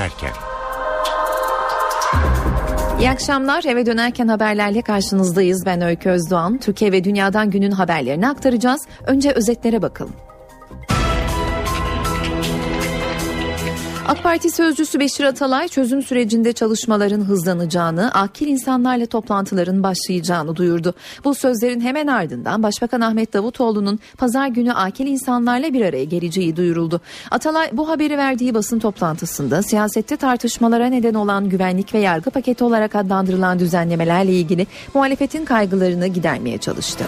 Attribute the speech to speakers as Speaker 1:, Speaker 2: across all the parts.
Speaker 1: dönerken.
Speaker 2: İyi akşamlar. Eve dönerken haberlerle karşınızdayız. Ben Öykü Özdoğan. Türkiye ve dünyadan günün haberlerini aktaracağız. Önce özetlere bakalım. AK Parti sözcüsü Beşir Atalay çözüm sürecinde çalışmaların hızlanacağını, akil insanlarla toplantıların başlayacağını duyurdu. Bu sözlerin hemen ardından Başbakan Ahmet Davutoğlu'nun pazar günü akil insanlarla bir araya geleceği duyuruldu. Atalay bu haberi verdiği basın toplantısında siyasette tartışmalara neden olan güvenlik ve yargı paketi olarak adlandırılan düzenlemelerle ilgili muhalefetin kaygılarını gidermeye çalıştı.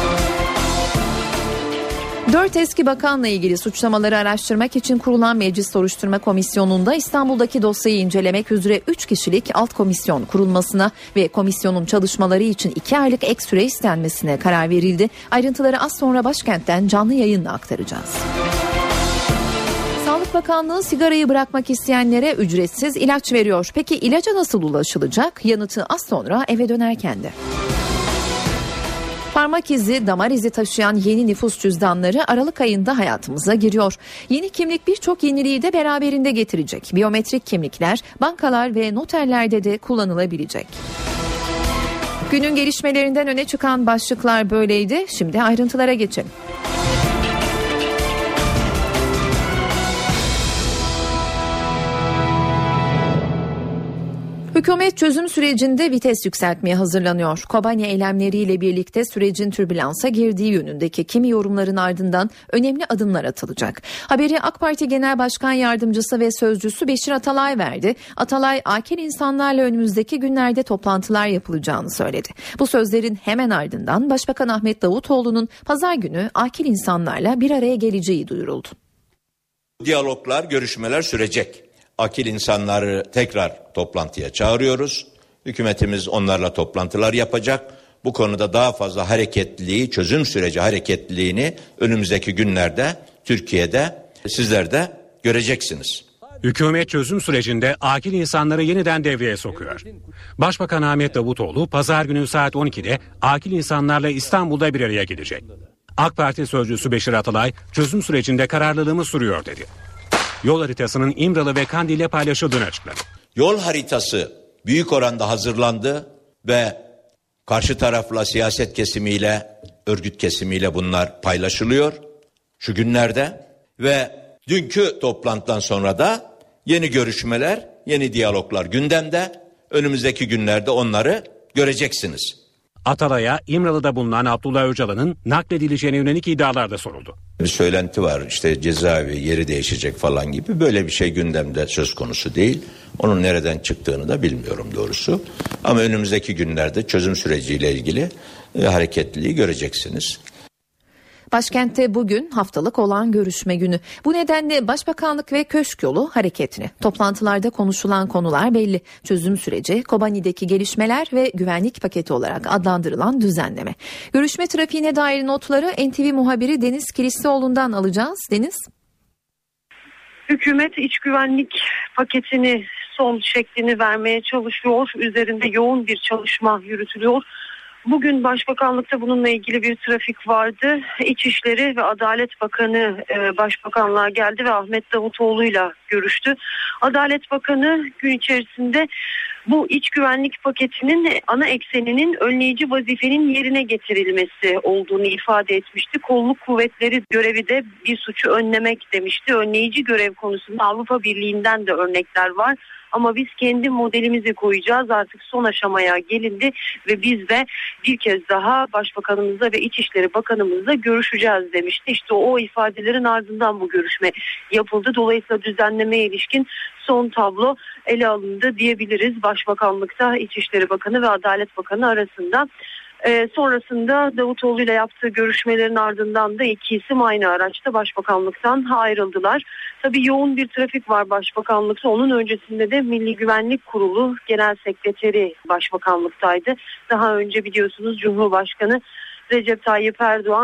Speaker 2: 4 eski bakanla ilgili suçlamaları araştırmak için kurulan Meclis Soruşturma Komisyonu'nda İstanbul'daki dosyayı incelemek üzere 3 kişilik alt komisyon kurulmasına ve komisyonun çalışmaları için 2 aylık ek süre istenmesine karar verildi. Ayrıntıları az sonra başkentten canlı yayınla aktaracağız. Sağlık Bakanlığı sigarayı bırakmak isteyenlere ücretsiz ilaç veriyor. Peki ilaca nasıl ulaşılacak? Yanıtı az sonra eve dönerken de. Parmak izi, damar izi taşıyan yeni nüfus cüzdanları Aralık ayında hayatımıza giriyor. Yeni kimlik birçok yeniliği de beraberinde getirecek. Biyometrik kimlikler bankalar ve noterlerde de kullanılabilecek. Günün gelişmelerinden öne çıkan başlıklar böyleydi. Şimdi ayrıntılara geçelim. Hükümet çözüm sürecinde vites yükseltmeye hazırlanıyor. Kobani eylemleriyle birlikte sürecin türbülansa girdiği yönündeki kimi yorumların ardından önemli adımlar atılacak. Haberi AK Parti Genel Başkan Yardımcısı ve Sözcüsü Beşir Atalay verdi. Atalay, akil insanlarla önümüzdeki günlerde toplantılar yapılacağını söyledi. Bu sözlerin hemen ardından Başbakan Ahmet Davutoğlu'nun pazar günü akil insanlarla bir araya geleceği duyuruldu.
Speaker 3: Diyaloglar, görüşmeler sürecek. Akil insanları tekrar toplantıya çağırıyoruz. Hükümetimiz onlarla toplantılar yapacak. Bu konuda daha fazla hareketliliği, çözüm süreci hareketliliğini önümüzdeki günlerde Türkiye'de sizler de göreceksiniz.
Speaker 1: Hükümet çözüm sürecinde akil insanları yeniden devreye sokuyor. Başbakan Ahmet Davutoğlu pazar günü saat 12'de akil insanlarla İstanbul'da bir araya gelecek. AK Parti sözcüsü Beşir Atalay çözüm sürecinde kararlılığımız sürüyor dedi. Yol haritasının İmralı ve Kandil'le paylaşıldığını açıkladı.
Speaker 3: Yol haritası büyük oranda hazırlandı ve karşı tarafla, siyaset kesimiyle, örgüt kesimiyle bunlar paylaşılıyor şu günlerde ve dünkü toplantıdan sonra da yeni görüşmeler, yeni diyaloglar gündemde. Önümüzdeki günlerde onları göreceksiniz.
Speaker 1: Atalay'a İmralı'da bulunan Abdullah Öcalan'ın nakledileceğine yönelik iddialar da soruldu.
Speaker 3: Bir söylenti var, işte cezaevi yeri değişecek falan gibi, böyle bir şey gündemde söz konusu değil. Onun nereden çıktığını da bilmiyorum doğrusu. Ama önümüzdeki günlerde çözüm süreciyle ilgili hareketliliği göreceksiniz.
Speaker 2: Başkentte bugün haftalık olan görüşme günü. Bu nedenle Başbakanlık ve Köşk Yolu hareketli. Toplantılarda konuşulan konular belli. Çözüm süreci, Kobani'deki gelişmeler ve güvenlik paketi olarak adlandırılan düzenleme. Görüşme trafiğine dair notları NTV muhabiri Deniz Kilislioğlu'ndan alacağız. Deniz.
Speaker 4: Hükümet iç güvenlik paketini son şeklini vermeye çalışıyor. Üzerinde yoğun bir çalışma yürütülüyor. Bugün Başbakanlıkta bununla ilgili bir trafik vardı. İçişleri ve Adalet Bakanı Başbakanlığa geldi ve Ahmet Davutoğlu'yla görüştü. Adalet Bakanı gün içerisinde bu iç güvenlik paketinin ana ekseninin önleyici vazifenin yerine getirilmesi olduğunu ifade etmişti. Kolluk kuvvetleri görevi de bir suçu önlemek demişti. Önleyici görev konusunda Avrupa Birliği'nden de örnekler var. Ama biz kendi modelimizi koyacağız, artık son aşamaya gelindi ve biz de bir kez daha Başbakanımızla ve İçişleri Bakanımızla görüşeceğiz demişti. İşte o ifadelerin ardından bu görüşme yapıldı. Dolayısıyla düzenlemeye ilişkin son tablo ele alındı diyebiliriz Başbakanlıkta İçişleri Bakanı ve Adalet Bakanı arasında. Sonrasında Davutoğlu ile yaptığı görüşmelerin ardından da iki isim aynı araçta Başbakanlıktan ayrıldılar. Tabii yoğun bir trafik var Başbakanlıkta. Onun öncesinde de Milli Güvenlik Kurulu Genel Sekreteri Başbakanlıktaydı. Daha önce biliyorsunuz Cumhurbaşkanı Recep Tayyip Erdoğan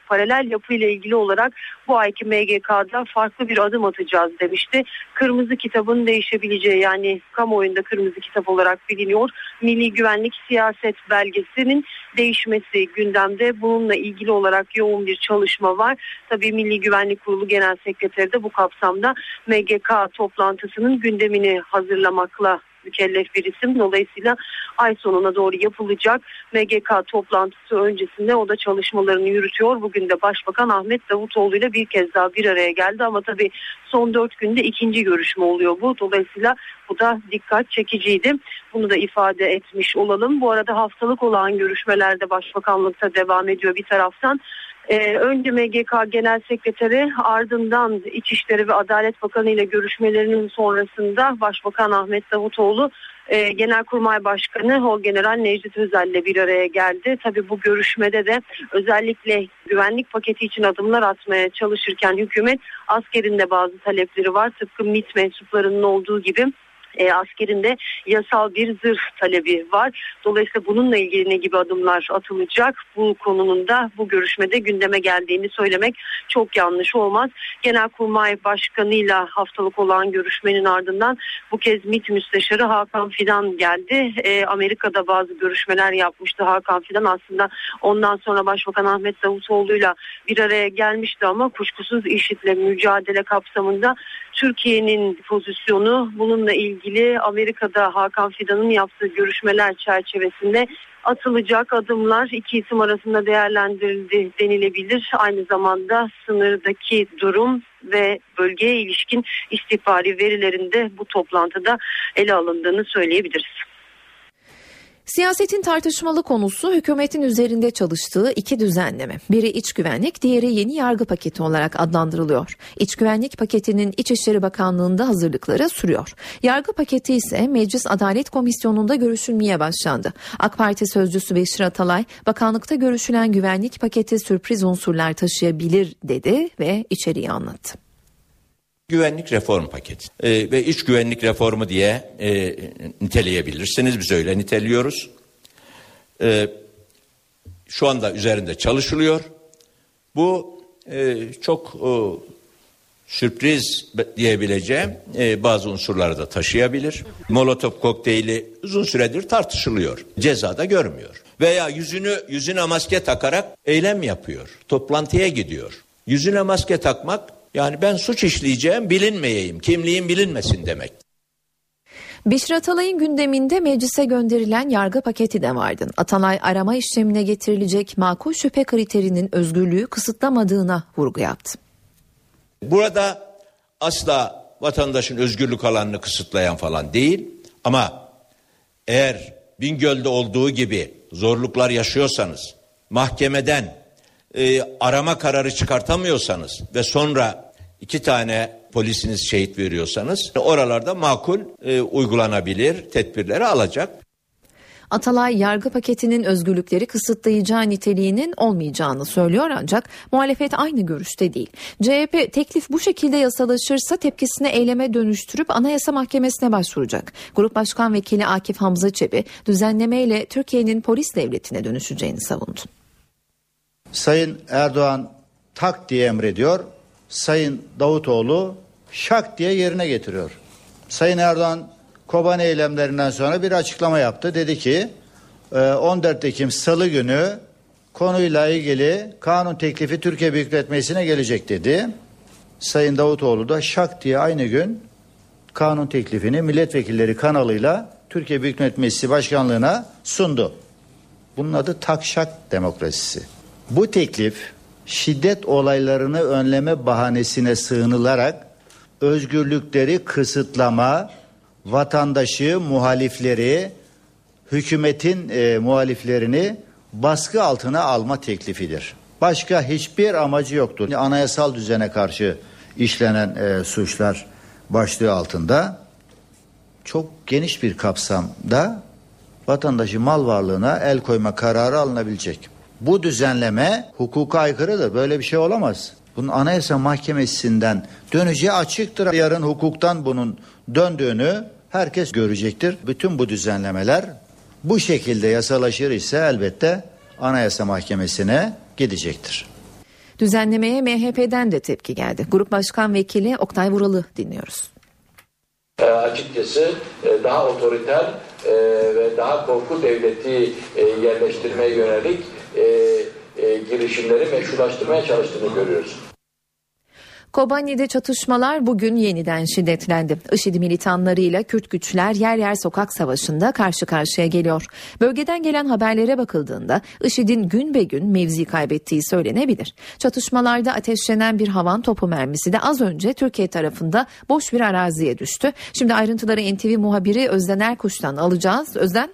Speaker 4: paralel yapıyla ilgili olarak bu ayki MGK'da farklı bir adım atacağız demişti. Kırmızı kitabın değişebileceği, yani kamuoyunda kırmızı kitap olarak biliniyor, Milli Güvenlik Siyaset Belgesi'nin değişmesi gündemde. Bununla ilgili olarak yoğun bir çalışma var. Tabii Milli Güvenlik Kurulu Genel Sekreteri de bu kapsamda MGK toplantısının gündemini hazırlamakla mükellef bir isim. Dolayısıyla ay sonuna doğru yapılacak MGK toplantısı öncesinde o da çalışmalarını yürütüyor. Bugün de Başbakan Ahmet Davutoğlu ile bir kez daha bir araya geldi ama tabii son 4 günde ikinci görüşme oluyor bu. Dolayısıyla bu da dikkat çekiciydi. Bunu da ifade etmiş olalım. Bu arada haftalık olan görüşmelerde Başbakanlıkta devam ediyor bir taraftan. Önce MGK Genel Sekreteri, ardından İçişleri ve Adalet Bakanı ile görüşmelerinin sonrasında Başbakan Ahmet Davutoğlu Genelkurmay Başkanı Orgeneral Necdet Özel ile bir araya geldi. Tabii bu görüşmede de özellikle güvenlik paketi için adımlar atmaya çalışırken hükümet askerin de bazı talepleri var. Tıpkı MİT mensuplarının olduğu gibi askerin de yasal bir zırh talebi var. Dolayısıyla bununla ilgili ne gibi adımlar atılacak? Bu konunun da bu görüşmede gündeme geldiğini söylemek çok yanlış olmaz. Genelkurmay Başkanı'yla haftalık olan görüşmenin ardından bu kez MİT Müsteşarı Hakan Fidan geldi. Amerika'da bazı görüşmeler yapmıştı Hakan Fidan. Aslında ondan sonra Başbakan Ahmet Davutoğlu'yla bir araya gelmişti ama kuşkusuz IŞİD'le mücadele kapsamında Türkiye'nin pozisyonu, bununla ilgili Amerika'da Hakan Fidan'ın yaptığı görüşmeler çerçevesinde atılacak adımlar iki isim arasında değerlendirildi denilebilir. Aynı zamanda sınırdaki durum ve bölgeye ilişkin istihbari verilerinde bu toplantıda ele alındığını söyleyebiliriz.
Speaker 2: Siyasetin tartışmalı konusu hükümetin üzerinde çalıştığı iki düzenleme. Biri iç güvenlik, diğeri yeni yargı paketi olarak adlandırılıyor. İç güvenlik paketinin İçişleri Bakanlığı'nda hazırlıkları sürüyor. Yargı paketi ise Meclis Adalet Komisyonu'nda görüşülmeye başlandı. AK Parti sözcüsü Beşir Atalay, bakanlıkta görüşülen güvenlik paketi sürpriz unsurlar taşıyabilir dedi ve içeriği anlattı.
Speaker 3: Güvenlik reform paketi ve iç güvenlik reformu diye niteleyebilirsiniz. Biz öyle niteliyoruz. Şu anda üzerinde çalışılıyor. Bu çok sürpriz diyebileceğim bazı unsurları da taşıyabilir. Molotov kokteyli uzun süredir tartışılıyor. Cezada görmüyor. Veya yüzüne maske takarak eylem yapıyor. Toplantıya gidiyor. Yüzüne maske takmak, yani ben suç işleyeceğim, bilinmeyeyim, kimliğim bilinmesin demek.
Speaker 2: Beşir Atalay'ın gündeminde meclise gönderilen yargı paketi de vardı. Atalay arama işlemine getirilecek makul şüphe kriterinin özgürlüğü kısıtlamadığına vurgu yaptı.
Speaker 3: Burada asla vatandaşın özgürlük alanını kısıtlayan falan değil. Ama eğer Bingöl'de olduğu gibi zorluklar yaşıyorsanız, mahkemeden arama kararı çıkartamıyorsanız ve sonra 2 tane polisiniz şehit veriyorsanız oralarda makul uygulanabilir tedbirleri alacak.
Speaker 2: Atalay yargı paketinin özgürlükleri kısıtlayacağı niteliğinin olmayacağını söylüyor ancak muhalefet aynı görüşte değil. CHP teklif bu şekilde yasalaşırsa tepkisini eyleme dönüştürüp Anayasa Mahkemesi'ne başvuracak. Grup Başkan Vekili Akif Hamza Çebi düzenlemeyle Türkiye'nin polis devletine dönüşeceğini savundu.
Speaker 5: Sayın Erdoğan tak diye emrediyor. Sayın Davutoğlu şak diye yerine getiriyor. Sayın Erdoğan Kobani eylemlerinden sonra bir açıklama yaptı. Dedi ki 14 Ekim Salı günü konuyla ilgili kanun teklifi Türkiye Büyük Millet Meclisi'ne gelecek dedi. Sayın Davutoğlu da şak diye aynı gün kanun teklifini milletvekilleri kanalıyla Türkiye Büyük Millet Meclisi Başkanlığı'na sundu. Bunun adı tak şak demokrasisi. Bu teklif şiddet olaylarını önleme bahanesine sığınılarak özgürlükleri kısıtlama, vatandaşı, muhalifleri, hükümetin muhaliflerini baskı altına alma teklifidir. Başka hiçbir amacı yoktur. Anayasal düzene karşı işlenen suçlar başlığı altında çok geniş bir kapsamda vatandaşı mal varlığına el koyma kararı alınabilecek. Bu düzenleme hukuka aykırıdır. Böyle bir şey olamaz. Bunun Anayasa Mahkemesi'nden döneceği açıktır. Yarın hukuktan bunun döndüğünü herkes görecektir. Bütün bu düzenlemeler bu şekilde yasalaşır ise elbette Anayasa Mahkemesi'ne gidecektir.
Speaker 2: Düzenlemeye MHP'den de tepki geldi. Grup Başkan Vekili Oktay Vural'ı dinliyoruz.
Speaker 6: Açıkçası daha otoriter ve daha korku devleti yerleştirmeye yönelik girişimleri meşrulaştırmaya çalıştığını görüyoruz.
Speaker 2: Kobani'de çatışmalar bugün yeniden şiddetlendi. IŞİD militanlarıyla Kürt güçler yer yer sokak savaşında karşı karşıya geliyor. Bölgeden gelen haberlere bakıldığında IŞİD'in gün be gün mevzi kaybettiği söylenebilir. Çatışmalarda ateşlenen bir havan topu mermisi de az önce Türkiye tarafında boş bir araziye düştü. Şimdi ayrıntıları NTV muhabiri Özden Erkuş'tan alacağız. Özden.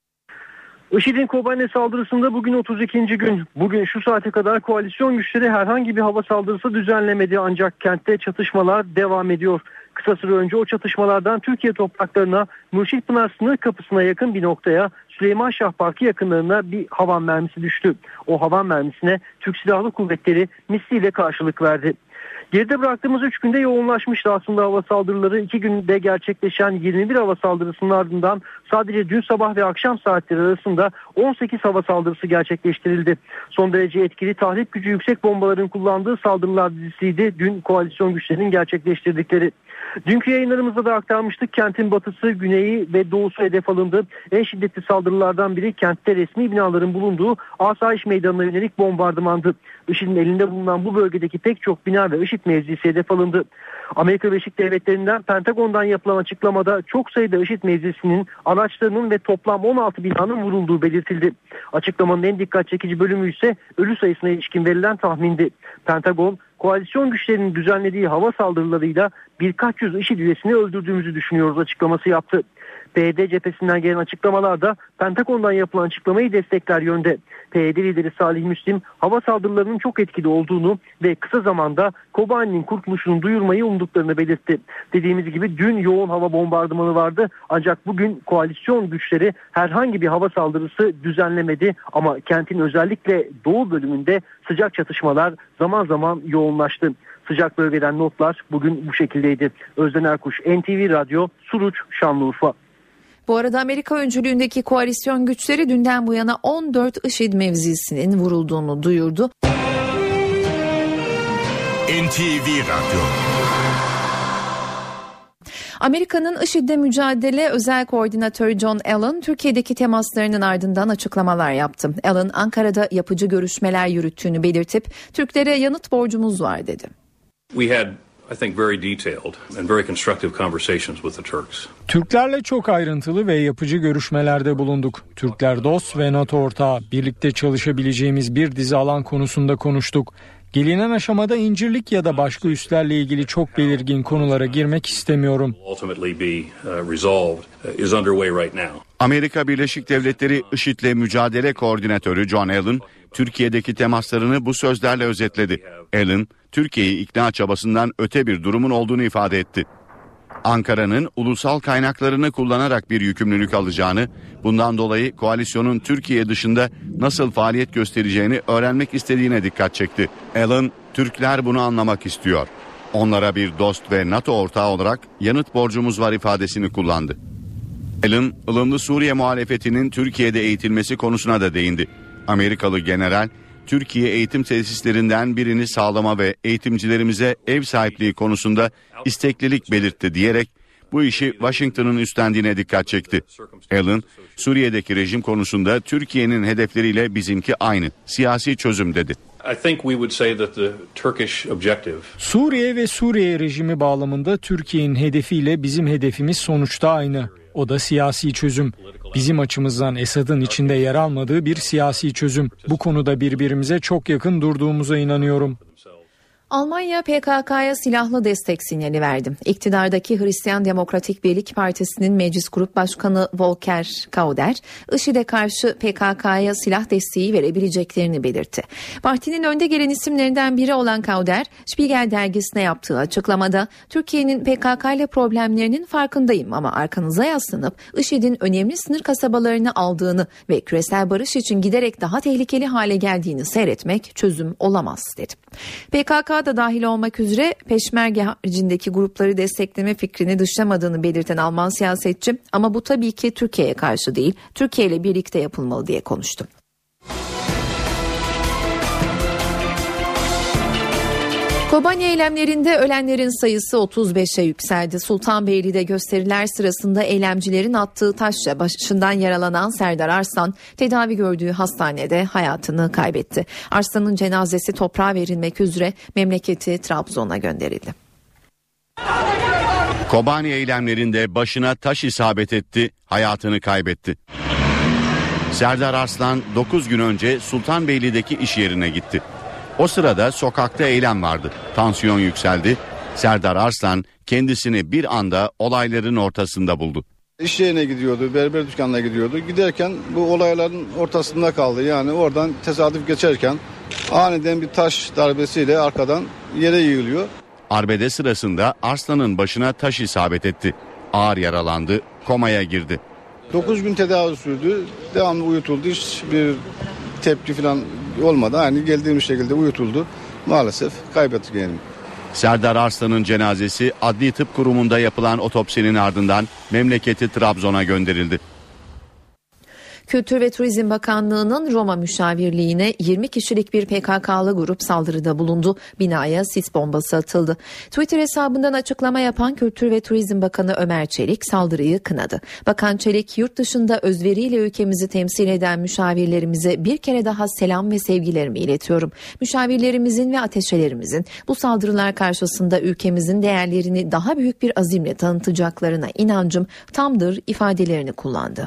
Speaker 7: IŞİD'in Kobane saldırısında bugün 32. gün. Bugün şu saate kadar koalisyon güçleri herhangi bir hava saldırısı düzenlemedi ancak kentte çatışmalar devam ediyor. Kısa süre önce o çatışmalardan Türkiye topraklarına Mürşitpınar sınır kapısına yakın bir noktaya Süleymanşah Parkı yakınlarına bir havan mermisi düştü. O havan mermisine Türk Silahlı Kuvvetleri misliyle karşılık verdi. Geride bıraktığımız 3 günde yoğunlaşmıştı aslında hava saldırıları. 2 günde gerçekleşen 21 hava saldırısının ardından sadece dün sabah ve akşam saatleri arasında 18 hava saldırısı gerçekleştirildi. Son derece etkili tahrip gücü yüksek bombaların kullandığı saldırılar dizisiydi dün koalisyon güçlerinin gerçekleştirdikleri. Dünkü yayınlarımızda da aktarmıştık. Kentin batısı, güneyi ve doğusu hedef alındı. En şiddetli saldırılardan biri kentte resmi binaların bulunduğu Asayiş Meydanı'na yönelik bombardımandı. IŞİD'in elinde bulunan bu bölgedeki pek çok bina ve IŞİD mevzisi hedef alındı. Amerika Birleşik Devletleri'nden Pentagon'dan yapılan açıklamada çok sayıda IŞİD mevzisinin, araçlarının ve toplam 16 binanın vurulduğu belirtildi. Açıklamanın en dikkat çekici bölümü ise ölü sayısına ilişkin verilen tahmindi. Pentagon, koalisyon güçlerinin düzenlediği hava saldırılarıyla birkaç yüz IŞİD üyesini öldürdüğümüzü düşünüyoruz açıklaması yaptı. PYD cephesinden gelen açıklamalarda Pentagon'dan yapılan açıklamayı destekler yönde. PYD lideri Salih Müslim hava saldırılarının çok etkili olduğunu ve kısa zamanda Kobani'nin kurtuluşunu duyurmayı umduklarını belirtti. Dediğimiz gibi dün yoğun hava bombardımanı vardı ancak bugün koalisyon güçleri herhangi bir hava saldırısı düzenlemedi ama kentin özellikle doğu bölümünde sıcak çatışmalar zaman zaman yoğunlaştı. Sıcak bölgeden notlar bugün bu şekildeydi. Özden Erkuş, NTV Radyo, Suruç, Şanlıurfa.
Speaker 2: Bu arada Amerika öncülüğündeki koalisyon güçleri dünden bu yana 14 IŞİD mevzisinin vurulduğunu duyurdu.
Speaker 8: NTV Radyo.
Speaker 2: Amerika'nın IŞİD'le mücadele özel koordinatörü John Allen, Türkiye'deki temaslarının ardından açıklamalar yaptı. Allen, Ankara'da yapıcı görüşmeler yürüttüğünü belirtip, Türklere yanıt borcumuz var dedi.
Speaker 9: We had, I think, very detailed and very constructive conversations with the Turks.
Speaker 10: Türklerle çok ayrıntılı ve yapıcı görüşmelerde bulunduk. Türkler dost ve NATO ortağı, birlikte çalışabileceğimiz bir dizi alan konusunda konuştuk. Gelinen aşamada incirlik ya da başka üslerle ilgili çok belirgin konulara girmek istemiyorum.
Speaker 8: Amerika Birleşik Devletleri IŞİD'le mücadele koordinatörü John Allen, Türkiye'deki temaslarını bu sözlerle özetledi. Allen, Türkiye'yi ikna çabasından öte bir durumun olduğunu ifade etti. Ankara'nın ulusal kaynaklarını kullanarak bir yükümlülük alacağını, bundan dolayı koalisyonun Türkiye dışında nasıl faaliyet göstereceğini öğrenmek istediğine dikkat çekti. Allen, Türkler bunu anlamak istiyor. Onlara bir dost ve NATO ortağı olarak yanıt borcumuz var ifadesini kullandı. Allen, ılımlı Suriye muhalefetinin Türkiye'de eğitilmesi konusuna da değindi. Amerikalı general, Türkiye eğitim tesislerinden birini sağlama ve eğitimcilerimize ev sahipliği konusunda isteklilik belirtti diyerek bu işi Washington'ın üstlendiğine dikkat çekti. Allen, Suriye'deki rejim konusunda Türkiye'nin hedefleriyle bizimki aynı, siyasi çözüm dedi.
Speaker 10: Suriye ve Suriye rejimi bağlamında Türkiye'nin hedefiyle bizim hedefimiz sonuçta aynı. O da siyasi çözüm. Bizim açımızdan Esad'ın içinde yer almadığı bir siyasi çözüm. Bu konuda birbirimize çok yakın durduğumuza inanıyorum.
Speaker 2: Almanya PKK'ya silahlı destek sinyali verdi. İktidardaki Hristiyan Demokratik Birlik Partisi'nin Meclis Grup Başkanı Volker Kauder, IŞİD'e karşı PKK'ya silah desteği verebileceklerini belirtti. Partinin önde gelen isimlerinden biri olan Kauder, Spiegel dergisine yaptığı açıklamada, Türkiye'nin PKK ile problemlerinin farkındayım ama arkanıza yaslanıp IŞİD'in önemli sınır kasabalarını aldığını ve küresel barış için giderek daha tehlikeli hale geldiğini seyretmek çözüm olamaz dedi. PKK da dahil olmak üzere Peşmerge haricindeki grupları destekleme fikrini dışlamadığını belirten Alman siyasetçi, ama bu tabii ki Türkiye'ye karşı değil, Türkiye ile birlikte yapılmalı diye konuştu. Kobani eylemlerinde ölenlerin sayısı 35'e yükseldi. Sultanbeyli'de gösteriler sırasında eylemcilerin attığı taşla başından yaralanan Serdar Arslan tedavi gördüğü hastanede hayatını kaybetti. Arslan'ın cenazesi toprağa verilmek üzere memleketi Trabzon'a gönderildi.
Speaker 8: Kobani eylemlerinde başına taş isabet etti, hayatını kaybetti. Serdar Arslan 9 gün önce Sultanbeyli'deki iş yerine gitti. O sırada sokakta eylem vardı. Tansiyon yükseldi. Serdar Arslan kendisini bir anda olayların ortasında buldu.
Speaker 11: İş yerine gidiyordu, berber dükkanına gidiyordu. Giderken bu olayların ortasında kaldı. Yani oradan tesadüf geçerken aniden bir taş darbesiyle arkadan yere yığılıyor.
Speaker 8: Arbede sırasında Arslan'ın başına taş isabet etti. Ağır yaralandı, komaya girdi.
Speaker 11: 9 gün tedavi sürdü. Devamlı uyutuldu. Hiçbir tepki falan olmadı. Aynı geldiğimiz şekilde uyutuldu. Maalesef kaybettik yani.
Speaker 8: Serdar Arslan'ın cenazesi Adli Tıp Kurumu'nda yapılan otopsinin ardından memleketi Trabzon'a gönderildi.
Speaker 2: Kültür ve Turizm Bakanlığı'nın Roma müşavirliğine 20 kişilik bir PKK'lı grup saldırıda bulundu. Binaya sis bombası atıldı. Twitter hesabından açıklama yapan Kültür ve Turizm Bakanı Ömer Çelik saldırıyı kınadı. Bakan Çelik, yurt dışında özveriyle ülkemizi temsil eden müşavirlerimize bir kere daha selam ve sevgilerimi iletiyorum. Müşavirlerimizin ve ateşelerimizin bu saldırılar karşısında ülkemizin değerlerini daha büyük bir azimle tanıtacaklarına inancım tamdır ifadelerini kullandı.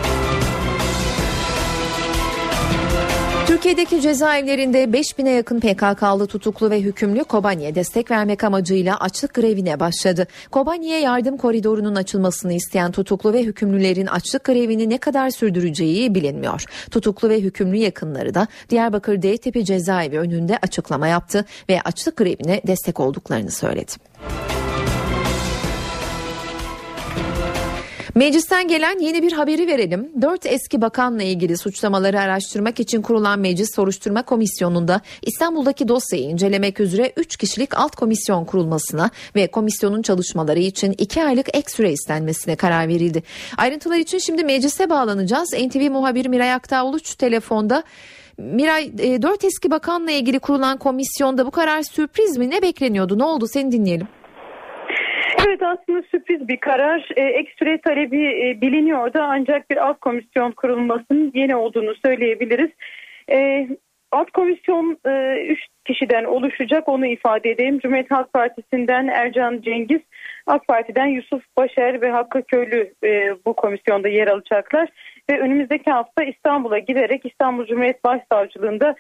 Speaker 2: Türkiye'deki cezaevlerinde 5000'e yakın PKK'lı tutuklu ve hükümlü Kobani'ye destek vermek amacıyla açlık grevine başladı. Kobani'ye yardım koridorunun açılmasını isteyen tutuklu ve hükümlülerin açlık grevini ne kadar sürdüreceği bilinmiyor. Tutuklu ve hükümlü yakınları da Diyarbakır Devtepe cezaevi önünde açıklama yaptı ve açlık grevine destek olduklarını söyledi. Meclisten gelen yeni bir haberi verelim. 4 eski bakanla ilgili suçlamaları araştırmak için kurulan Meclis Soruşturma Komisyonu'nda İstanbul'daki dosyayı incelemek üzere 3 kişilik alt komisyon kurulmasına ve komisyonun çalışmaları için 2 aylık ek süre istenmesine karar verildi. Ayrıntılar için şimdi meclise bağlanacağız. NTV muhabiri Miray Aktağ Uluç telefonda. Miray, 4 eski bakanla ilgili kurulan komisyonda bu karar sürpriz mi? Ne bekleniyordu? Ne oldu? Seni dinleyelim.
Speaker 12: Evet, aslında sürpriz bir karar. Ek süre talebi biliniyordu ancak bir alt komisyon kurulmasının yeni olduğunu söyleyebiliriz. Alt komisyon 3 kişiden oluşacak, onu ifade edeyim. Cumhuriyet Halk Partisi'nden Ercan Cengiz, AK Parti'den Yusuf Başer ve Hakkı Köylü bu komisyonda yer alacaklar. Ve önümüzdeki hafta İstanbul'a giderek İstanbul Cumhuriyet Başsavcılığında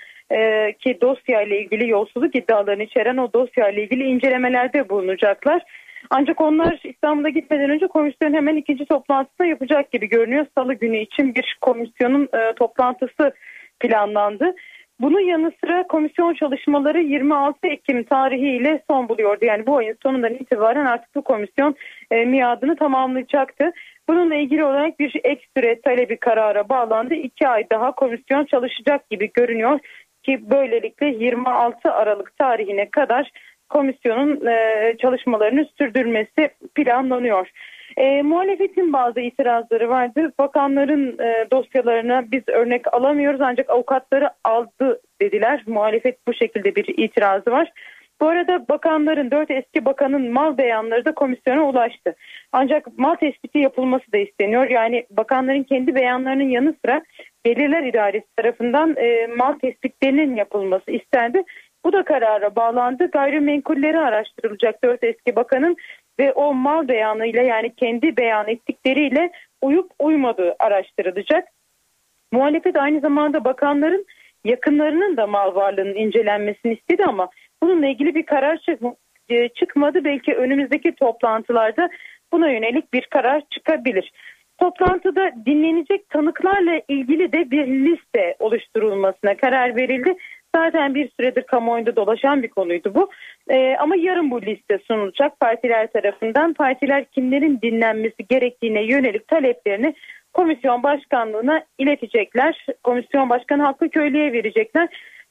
Speaker 12: ki dosyayla ilgili yolsuzluk iddialarını içeren o dosyayla ilgili incelemelerde bulunacaklar. Ancak onlar İstanbul'a gitmeden önce komisyon hemen ikinci toplantısını yapacak gibi görünüyor. Salı günü için bir komisyonun toplantısı planlandı. Bunun yanı sıra komisyon çalışmaları 26 Ekim tarihiyle son buluyordu. Yani bu ayın sonundan itibaren artık bu komisyon miadını tamamlayacaktı. Bununla ilgili olarak bir ek süre talebi karara bağlandı. 2 ay daha komisyon çalışacak gibi görünüyor ki böylelikle 26 Aralık tarihine kadar komisyonun çalışmalarını sürdürmesi planlanıyor. Muhalefetin bazı itirazları vardı. Bakanların dosyalarına biz örnek alamıyoruz ancak avukatları aldı dediler. Muhalefet bu şekilde bir itirazı var. Bu arada bakanların 4 eski bakanın mal beyanları da komisyona ulaştı. Ancak mal tespiti yapılması da isteniyor. Yani bakanların kendi beyanlarının yanı sıra Belirler İdaresi tarafından mal tespitlerinin yapılması istendi. Bu da karara bağlandı. Gayrimenkulleri araştırılacak 4 eski bakanın ve o mal beyanıyla, yani kendi beyan ettikleriyle uyup uymadığı araştırılacak. Muhalefet aynı zamanda bakanların yakınlarının da mal varlığının incelenmesini istedi ama bununla ilgili bir karar çıkmadı. Belki önümüzdeki toplantılarda buna yönelik bir karar çıkabilir. Toplantıda dinlenecek tanıklarla ilgili de bir liste oluşturulmasına karar verildi. Zaten bir süredir kamuoyunda dolaşan bir konuydu bu. Ama yarın bu liste sunulacak partiler tarafından. Partiler kimlerin dinlenmesi gerektiğine yönelik taleplerini komisyon başkanlığına iletecekler. Komisyon başkanı Hakkı Köylü'ye verecekler.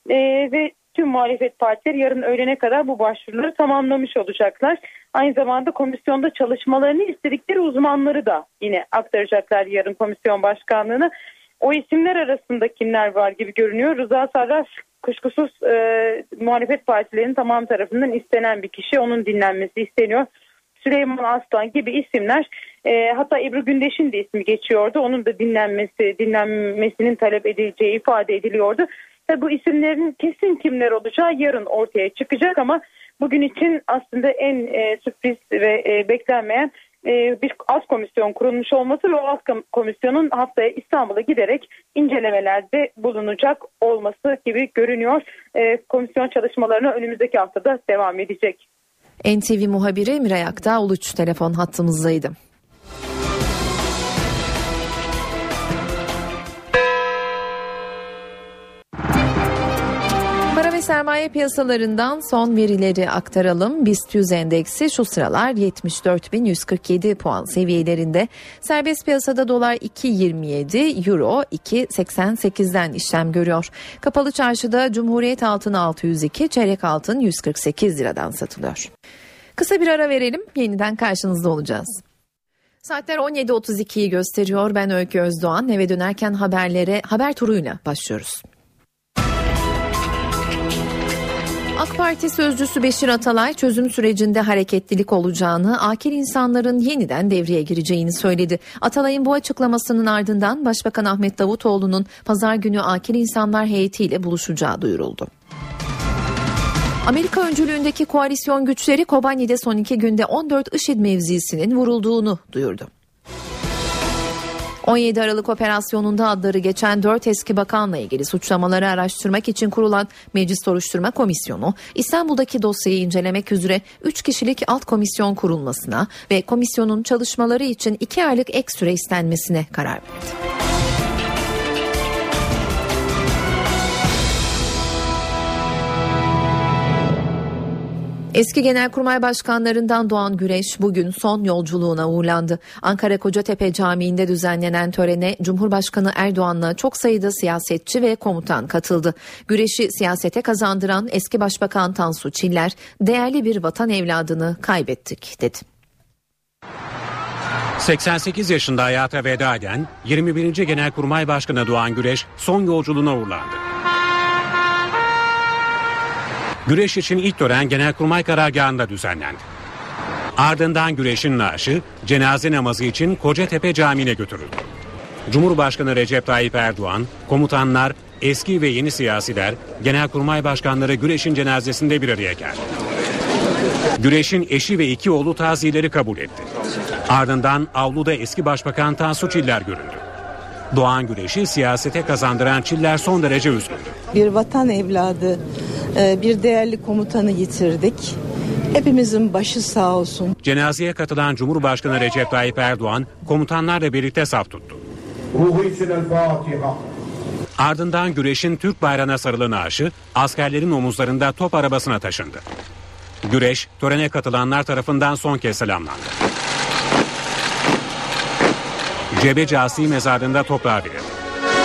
Speaker 12: Ve tüm muhalefet partileri yarın öğlene kadar bu başvuruları tamamlamış olacaklar. Aynı zamanda komisyonda çalışmalarını istedikleri uzmanları da yine aktaracaklar yarın komisyon başkanlığına. O isimler arasında kimler var gibi görünüyor. Rıza Sarraf kuşkusuz muhalefet partilerinin tamam tarafından istenen bir kişi. Onun dinlenmesi isteniyor. Süleyman Aslan gibi isimler, hatta Ebru Gündeş'in de ismi geçiyordu. Onun da dinlenmesinin talep edileceği ifade ediliyordu. Tabi bu isimlerin kesin kimler olacağı yarın ortaya çıkacak ama bugün için aslında en sürpriz ve beklenmeyen bir alt komisyon kurulmuş olması ve o alt komisyonun haftaya İstanbul'a giderek incelemelerde bulunacak olması gibi görünüyor. Komisyon çalışmalarına önümüzdeki haftada devam edecek.
Speaker 2: NTV muhabiri Miray Aktağ Uluç telefon hattımızdaydı. Para ve sermaye piyasalarından son verileri aktaralım. BIST 100 endeksi şu sıralar 74.147 puan seviyelerinde. Serbest piyasada dolar 2.27, euro 2.88'den işlem görüyor. Kapalı çarşıda Cumhuriyet altını 602, çeyrek altın 148 liradan satılıyor. Kısa bir ara verelim, yeniden karşınızda olacağız. Saatler 17.32'yi gösteriyor. Ben Öykü Özdoğan. Eve dönerken haberlere haber turuyla başlıyoruz. AK Parti sözcüsü Beşir Atalay çözüm sürecinde hareketlilik olacağını, akil insanların yeniden devreye gireceğini söyledi. Atalay'ın bu açıklamasının ardından Başbakan Ahmet Davutoğlu'nun pazar günü akil insanlar heyetiyle buluşacağı duyuruldu. Amerika öncülüğündeki koalisyon güçleri Kobani'de son 2 günde 14 IŞİD mevzisinin vurulduğunu duyurdu. 17 Aralık operasyonunda adları geçen 4 eski bakanla ilgili suçlamaları araştırmak için kurulan Meclis Soruşturma Komisyonu, İstanbul'daki dosyayı incelemek üzere 3 kişilik alt komisyon kurulmasına ve komisyonun çalışmaları için 2 aylık ek süre istenmesine karar verdi. Eski Genelkurmay Başkanlarından Doğan Güreş bugün son yolculuğuna uğurlandı. Ankara Kocatepe Camii'nde düzenlenen törene Cumhurbaşkanı Erdoğan'la çok sayıda siyasetçi ve komutan katıldı. Güreş'i siyasete kazandıran eski Başbakan Tansu Çiller, değerli bir vatan evladını kaybettik dedi.
Speaker 1: 88 yaşında hayata veda eden 21. Genelkurmay Başkanı Doğan Güreş son yolculuğuna uğurlandı. Güreş için ilk tören Genelkurmay Karargahı'nda düzenlendi. Ardından Güreş'in naaşı cenaze namazı için Kocatepe Camii'ne götürüldü. Cumhurbaşkanı Recep Tayyip Erdoğan, komutanlar, eski ve yeni siyasiler, Genelkurmay Başkanları Güreş'in cenazesinde bir araya geldi. Güreş'in eşi ve 2 oğlu taziyeleri kabul etti. Ardından avluda eski Başbakan Tansu Çiller göründü. Doğan Güreş'i siyasete kazandıran Çiller son derece üzgündü.
Speaker 13: Bir vatan evladı, bir değerli komutanı yitirdik. Hepimizin başı sağ olsun.
Speaker 1: Cenazeye katılan Cumhurbaşkanı Recep Tayyip Erdoğan komutanlarla birlikte saf tuttu. Ardından Güreş'in Türk bayrağına sarılı naaşı askerlerin omuzlarında top arabasına taşındı. Güreş törene katılanlar tarafından son kez selamlandı. Cebeci Asi mezarında toprağa verildi.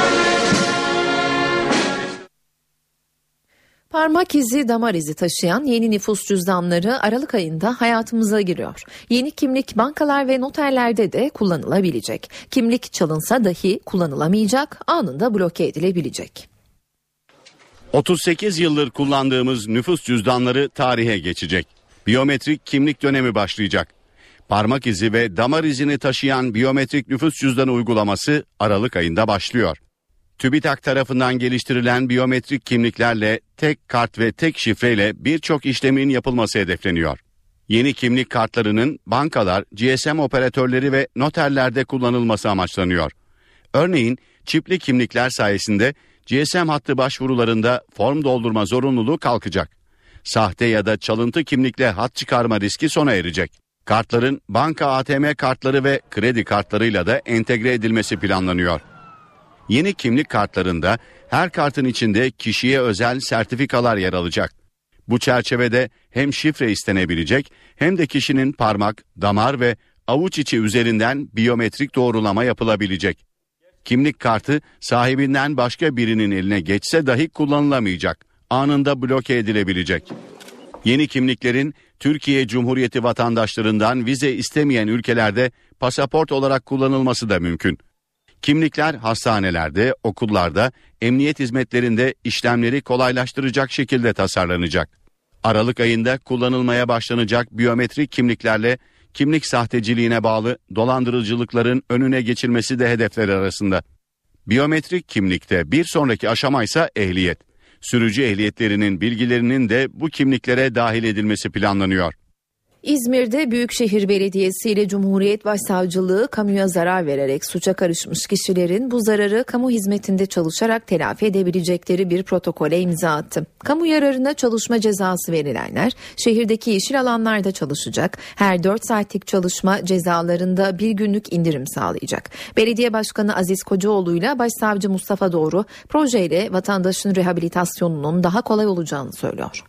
Speaker 2: Parmak izi, damar izi taşıyan yeni nüfus cüzdanları Aralık ayında hayatımıza giriyor. Yeni kimlik bankalar ve noterlerde de kullanılabilecek. Kimlik çalınsa dahi kullanılamayacak, anında bloke edilebilecek.
Speaker 8: 38 yıldır kullandığımız nüfus cüzdanları tarihe geçecek. Biyometrik kimlik dönemi başlayacak. Parmak izi ve damar izini taşıyan biyometrik nüfus cüzdanı uygulaması Aralık ayında başlıyor. TÜBİTAK tarafından geliştirilen biyometrik kimliklerle tek kart ve tek şifreyle birçok işlemin yapılması hedefleniyor. Yeni kimlik kartlarının bankalar, GSM operatörleri ve noterlerde kullanılması amaçlanıyor. Örneğin çipli kimlikler sayesinde GSM hattı başvurularında form doldurma zorunluluğu kalkacak. Sahte ya da çalıntı kimlikle hat çıkarma riski sona erecek. Kartların banka ATM kartları ve kredi kartlarıyla da entegre edilmesi planlanıyor. Yeni kimlik kartlarında her kartın içinde kişiye özel sertifikalar yer alacak. Bu çerçevede hem şifre istenebilecek hem de kişinin parmak, damar ve avuç içi üzerinden biyometrik doğrulama yapılabilecek. Kimlik kartı sahibinden başka birinin eline geçse dahi kullanılamayacak. Anında bloke edilebilecek. Yeni kimliklerin Türkiye Cumhuriyeti vatandaşlarından vize istemeyen ülkelerde pasaport olarak kullanılması da mümkün. Kimlikler hastanelerde, okullarda, emniyet hizmetlerinde işlemleri kolaylaştıracak şekilde tasarlanacak. Aralık ayında kullanılmaya başlanacak biyometrik kimliklerle kimlik sahteciliğine bağlı dolandırıcılıkların önüne geçilmesi de hedefler arasında. Biyometrik kimlikte bir sonraki aşama ise ehliyet. Sürücü ehliyetlerinin bilgilerinin de bu kimliklere dahil edilmesi planlanıyor.
Speaker 2: İzmir'de Büyükşehir Belediyesi ile Cumhuriyet Başsavcılığı kamuya zarar vererek suça karışmış kişilerin bu zararı kamu hizmetinde çalışarak telafi edebilecekleri bir protokole imza attı. Kamu yararına çalışma cezası verilenler şehirdeki yeşil alanlarda çalışacak. Her 4 saatlik çalışma cezalarında 1 günlük indirim sağlayacak. Belediye Başkanı Aziz Kocaoğlu ile Başsavcı Mustafa Doğru projeyle vatandaşın rehabilitasyonunun daha kolay olacağını söylüyor.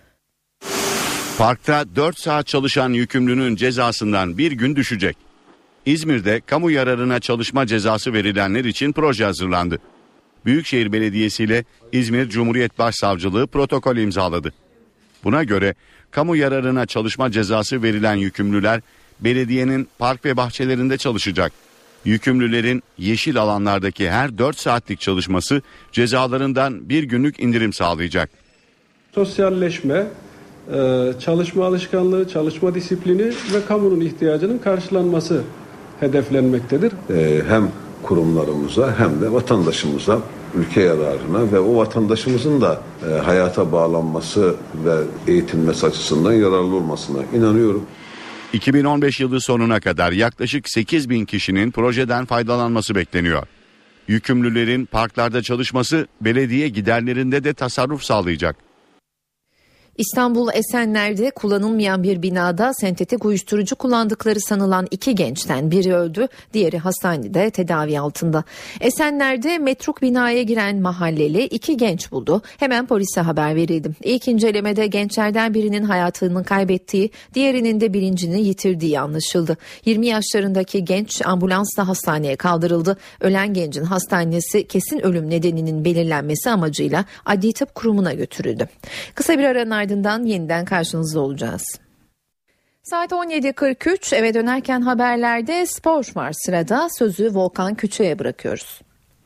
Speaker 8: Parkta 4 saat çalışan yükümlünün cezasından 1 gün düşecek. İzmir'de kamu yararına çalışma cezası verilenler için proje hazırlandı. Büyükşehir Belediyesi ile İzmir Cumhuriyet Başsavcılığı protokol imzaladı. Buna göre kamu yararına çalışma cezası verilen yükümlüler belediyenin park ve bahçelerinde çalışacak. Yükümlülerin yeşil alanlardaki her 4 saatlik çalışması cezalarından 1 günlük indirim sağlayacak.
Speaker 14: Sosyalleşme, çalışma alışkanlığı, çalışma disiplini ve kamunun ihtiyacının karşılanması hedeflenmektedir.
Speaker 15: Hem kurumlarımıza hem de vatandaşımıza, ülke yararına ve o vatandaşımızın da hayata bağlanması ve eğitilmesi açısından yararlı olmasına inanıyorum.
Speaker 8: 2015 yılı sonuna kadar yaklaşık 8.000 kişinin projeden faydalanması bekleniyor. Yükümlülerin parklarda çalışması belediye giderlerinde de tasarruf sağlayacak.
Speaker 2: İstanbul Esenler'de kullanılmayan bir binada sentetik uyuşturucu kullandıkları sanılan 2 gençten biri öldü, diğeri hastanede tedavi altında. Esenler'de metruk binaya giren mahalleli 2 genç buldu. Hemen polise haber verildi. İlk incelemede gençlerden birinin hayatını kaybettiği, diğerinin de bilincini yitirdiği anlaşıldı. 20 yaşlarındaki genç ambulansla hastaneye kaldırıldı. Ölen gencin hastanesi kesin ölüm nedeninin belirlenmesi amacıyla Adli Tıp Kurumu'na götürüldü. Kısa bir aranın ardından yeniden karşınızda olacağız. Saat 17.43, eve dönerken haberlerde spor var sırada. Sözü Volkan Küçük'e bırakıyoruz.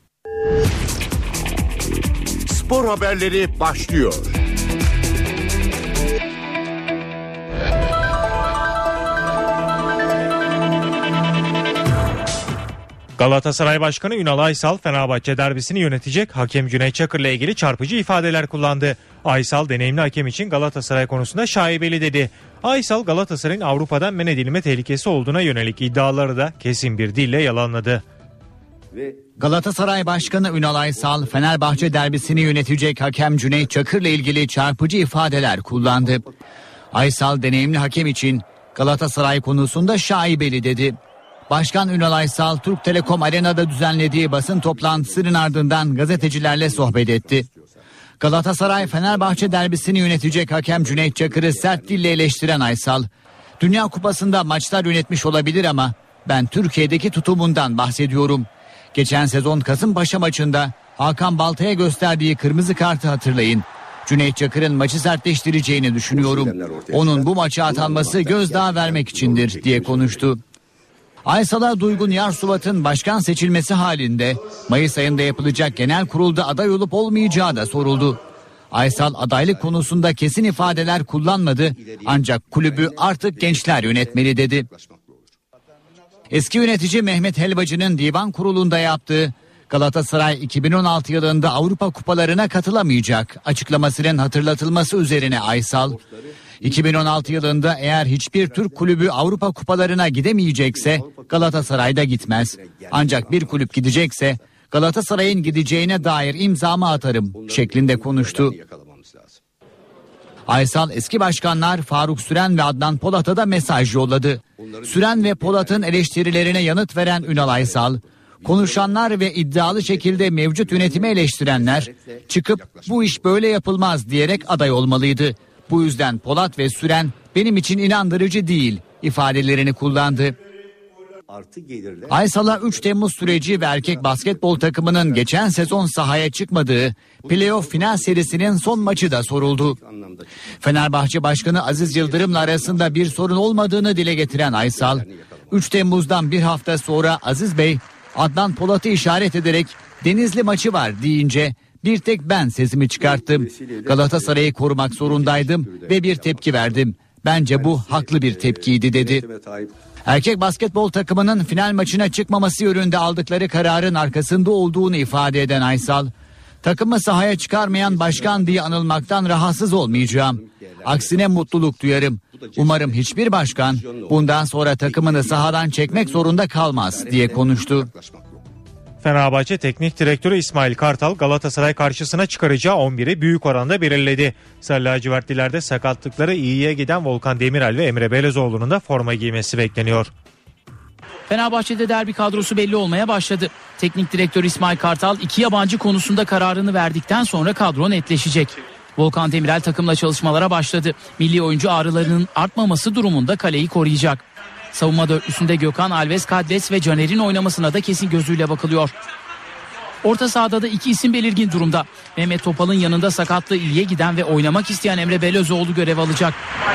Speaker 16: Spor haberleri başlıyor.
Speaker 17: Galatasaray Başkanı Ünal Aysal Fenerbahçe derbisini yönetecek hakem Cüneyt Çakır'la ilgili çarpıcı ifadeler kullandı. Aysal deneyimli hakem için Galatasaray konusunda şaibeli dedi. Aysal Galatasaray'ın Avrupa'dan men edilme tehlikesi olduğuna yönelik iddiaları da kesin bir dille yalanladı.
Speaker 18: Galatasaray Başkanı Ünal Aysal Fenerbahçe derbisini yönetecek hakem Cüneyt Çakır'la ilgili çarpıcı ifadeler kullandı. Aysal deneyimli hakem için Galatasaray konusunda şaibeli dedi. Başkan Ünal Aysal Türk Telekom Arena'da düzenlediği basın toplantısının ardından gazetecilerle sohbet etti. Galatasaray Fenerbahçe derbisini yönetecek hakem Cüneyt Çakır'ı sert dille eleştiren Aysal, Dünya Kupası'nda maçlar yönetmiş olabilir ama ben Türkiye'deki tutumundan bahsediyorum. Geçen sezon Kasımpaşa maçında Hakan Balta'ya gösterdiği kırmızı kartı hatırlayın. Cüneyt Çakır'ın maçı sertleştireceğini düşünüyorum. Onun bu maça atanması gözdağı vermek içindir diye konuştu. Aysal'a Duygun Yarsuvat'ın başkan seçilmesi halinde Mayıs ayında yapılacak genel kurulda aday olup olmayacağı da soruldu. Aysal adaylık konusunda kesin ifadeler kullanmadı ancak kulübü artık gençler yönetmeli dedi. Eski yönetici Mehmet Helvacı'nın divan kurulunda yaptığı Galatasaray 2016 yılında Avrupa kupalarına katılamayacak açıklamasının hatırlatılması üzerine Aysal, 2016 yılında eğer hiçbir Türk kulübü Avrupa kupalarına gidemeyecekse Galatasaray'da gitmez. Ancak bir kulüp gidecekse Galatasaray'ın gideceğine dair imzamı atarım şeklinde konuştu. Aysal eski başkanlar Faruk Süren ve Adnan Polat'a da mesaj yolladı. Süren ve Polat'ın eleştirilerine yanıt veren Ünal Aysal, konuşanlar ve iddialı şekilde mevcut yönetimi eleştirenler çıkıp bu iş böyle yapılmaz diyerek aday olmalıydı. Bu yüzden Polat ve Süren benim için inandırıcı değil ifadelerini kullandı. Aysal'a 3 Temmuz süreci ve erkek basketbol takımının geçen sezon sahaya çıkmadığı playoff final serisinin son maçı da soruldu. Fenerbahçe Başkanı Aziz Yıldırım'la arasında bir sorun olmadığını dile getiren Aysal, 3 Temmuz'dan bir hafta sonra Aziz Bey Adnan Polat'ı işaret ederek Denizli maçı var deyince bir tek ben sesimi çıkarttım. Galatasaray'ı korumak zorundaydım ve bir tepki verdim. Bence bu haklı bir tepkiydi dedi. Erkek basketbol takımının final maçına çıkmaması yönünde aldıkları kararın arkasında olduğunu ifade eden Aysal, takımı sahaya çıkarmayan başkan diye anılmaktan rahatsız olmayacağım. Aksine mutluluk duyarım. Umarım hiçbir başkan bundan sonra takımını sahadan çekmek zorunda kalmaz diye konuştu.
Speaker 17: Fenerbahçe Teknik Direktörü İsmail Kartal Galatasaray karşısına çıkaracağı 11'i büyük oranda belirledi. Sarı lacivertlilerde sakatlıkları iyiye giden Volkan Demirel ve Emre Belezoğlu'nun da forma giymesi bekleniyor.
Speaker 19: Fenerbahçe'de derbi kadrosu belli olmaya başladı. Teknik direktör İsmail Kartal 2 yabancı konusunda kararını verdikten sonra kadro netleşecek. Volkan Demirel takımla çalışmalara başladı. Milli oyuncu ağrılarının artmaması durumunda kaleyi koruyacak. Savunma dörtlüsünde Gökhan, Alves, Kadles ve Caner'in oynamasına da kesin gözüyle bakılıyor. Orta sahada da 2 isim belirgin durumda. Mehmet Topal'ın yanında sakatlığı iyiye giden ve oynamak isteyen Emre Belözoğlu görev alacak.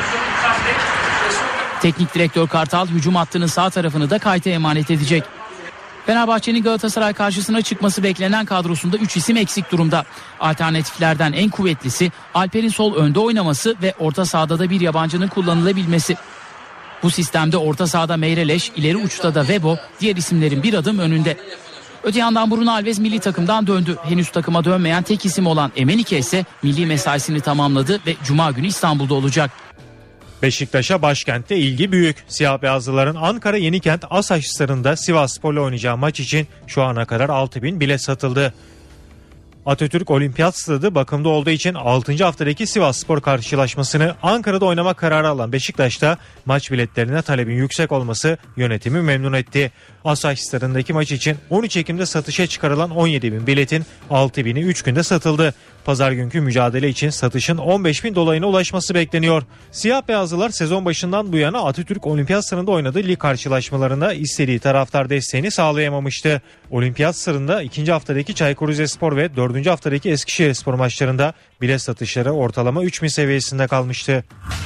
Speaker 19: Teknik direktör Kartal hücum hattının sağ tarafını da Kayt'a emanet edecek. Fenerbahçe'nin Galatasaray karşısına çıkması beklenen kadrosunda 3 isim eksik durumda. Alternatiflerden en kuvvetlisi Alper'in sol önde oynaması ve orta sahada da bir yabancının kullanılabilmesi. Bu sistemde orta sahada Meireles, ileri uçta da Vebo diğer isimlerin bir adım önünde. Öte yandan Bruno Alves milli takımdan döndü. Henüz takıma dönmeyen tek isim olan Emenike ise milli mesaisini tamamladı ve Cuma günü İstanbul'da olacak.
Speaker 17: Beşiktaş'a başkentte ilgi büyük. Siyah beyazlıların Ankara Yenikent Asaş Stadı'nda Sivasspor'la oynayacağı maç için şu ana kadar 6.000 bilet satıldı. Atatürk Olimpiyat Stadı bakımda olduğu için 6. haftadaki Sivasspor karşılaşmasını Ankara'da oynama kararı alan Beşiktaş'ta maç biletlerine talebin yüksek olması yönetimi memnun etti. Asaş Stadı'ndaki maç için 13 Ekim'de satışa çıkarılan 17.000 biletin 6.000'i 3 günde satıldı. Pazar günkü mücadele için satışın 15.000 dolayına ulaşması bekleniyor. Siyah beyazlılar sezon başından bu yana Atatürk Olimpiyat Stadı'nda oynadığı lig karşılaşmalarında istediği taraftar desteğini sağlayamamıştı. Olimpiyat Stadı'nda 2. haftadaki Çaykur Rizespor ve 4. haftadaki Eskişehirspor maçlarında bilet satışları ortalama 3.000 seviyesinde kalmıştı.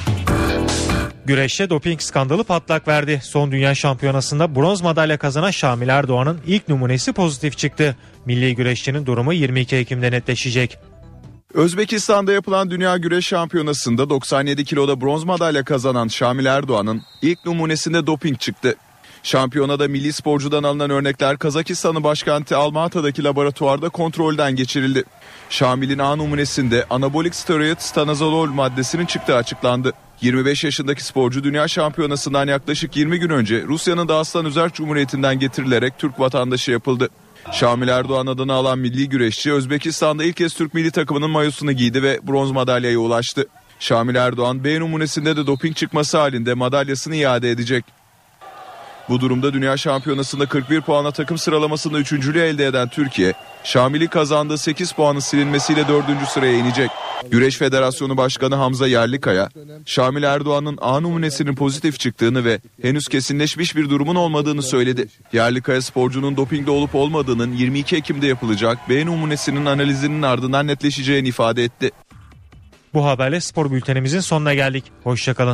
Speaker 17: Güreşte doping skandalı patlak verdi. Son dünya şampiyonasında bronz madalya kazanan Şamil Erdoğan'ın ilk numunesi pozitif çıktı. Milli güreşçinin durumu 22 Ekim'de netleşecek.
Speaker 20: Özbekistan'da yapılan Dünya Güreş Şampiyonası'nda 97 kiloda bronz madalya kazanan Şamil Erdoğan'ın ilk numunesinde doping çıktı. Şampiyonada milli sporcudan alınan örnekler Kazakistan'ın başkenti Almata'daki laboratuvarda kontrolden geçirildi. Şamil'in A numunesinde anabolik steroid stanozolol maddesinin çıktığı açıklandı. 25 yaşındaki sporcu Dünya Şampiyonası'ndan yaklaşık 20 gün önce Rusya'nın Dağıstan Özerk Cumhuriyeti'nden getirilerek Türk vatandaşı yapıldı. Şamil Erdoğan adını alan milli güreşçi Özbekistan'da ilk kez Türk milli takımının mayosunu giydi ve bronz madalyaya ulaştı. Şamil Erdoğan B numunesinde de doping çıkması halinde madalyasını iade edecek. Bu durumda Dünya Şampiyonası'nda 41 puanla takım sıralamasında 3.'lüğü elde eden Türkiye, Şamil'in kazandığı 8 puanın silinmesiyle 4. sıraya inecek. Güreş Federasyonu Başkanı Hamza Yerlikaya, Şamil Erdoğan'ın A numunesinin pozitif çıktığını ve henüz kesinleşmiş bir durumun olmadığını söyledi. Yerlikaya sporcunun dopingde olup olmadığının 22 Ekim'de yapılacak B numunesinin analizinin ardından netleşeceğini ifade etti.
Speaker 17: Bu haberle spor bültenimizin sonuna geldik. Hoşçakalın.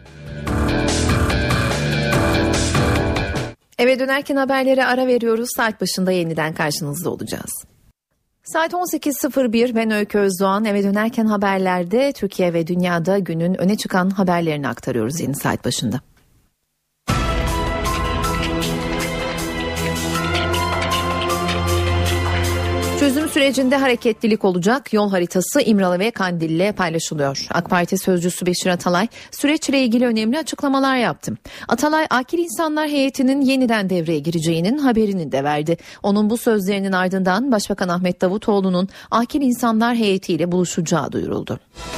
Speaker 2: Eve dönerken haberlere ara veriyoruz. Saat başında yeniden karşınızda olacağız. Saat 18.01, ben Öykü Özdoğan. Eve dönerken haberlerde Türkiye ve dünyada günün öne çıkan haberlerini aktarıyoruz yeni saat başında. Çözüm sürecinde hareketlilik olacak. Yol haritası İmralı ve Kandil'le paylaşılıyor. AK Parti sözcüsü Beşir Atalay süreçle ilgili önemli açıklamalar yaptı. Atalay, Akil İnsanlar Heyeti'nin yeniden devreye gireceğinin haberini de verdi. Onun bu sözlerinin ardından Başbakan Ahmet Davutoğlu'nun Akil İnsanlar Heyeti ile buluşacağı duyuruldu.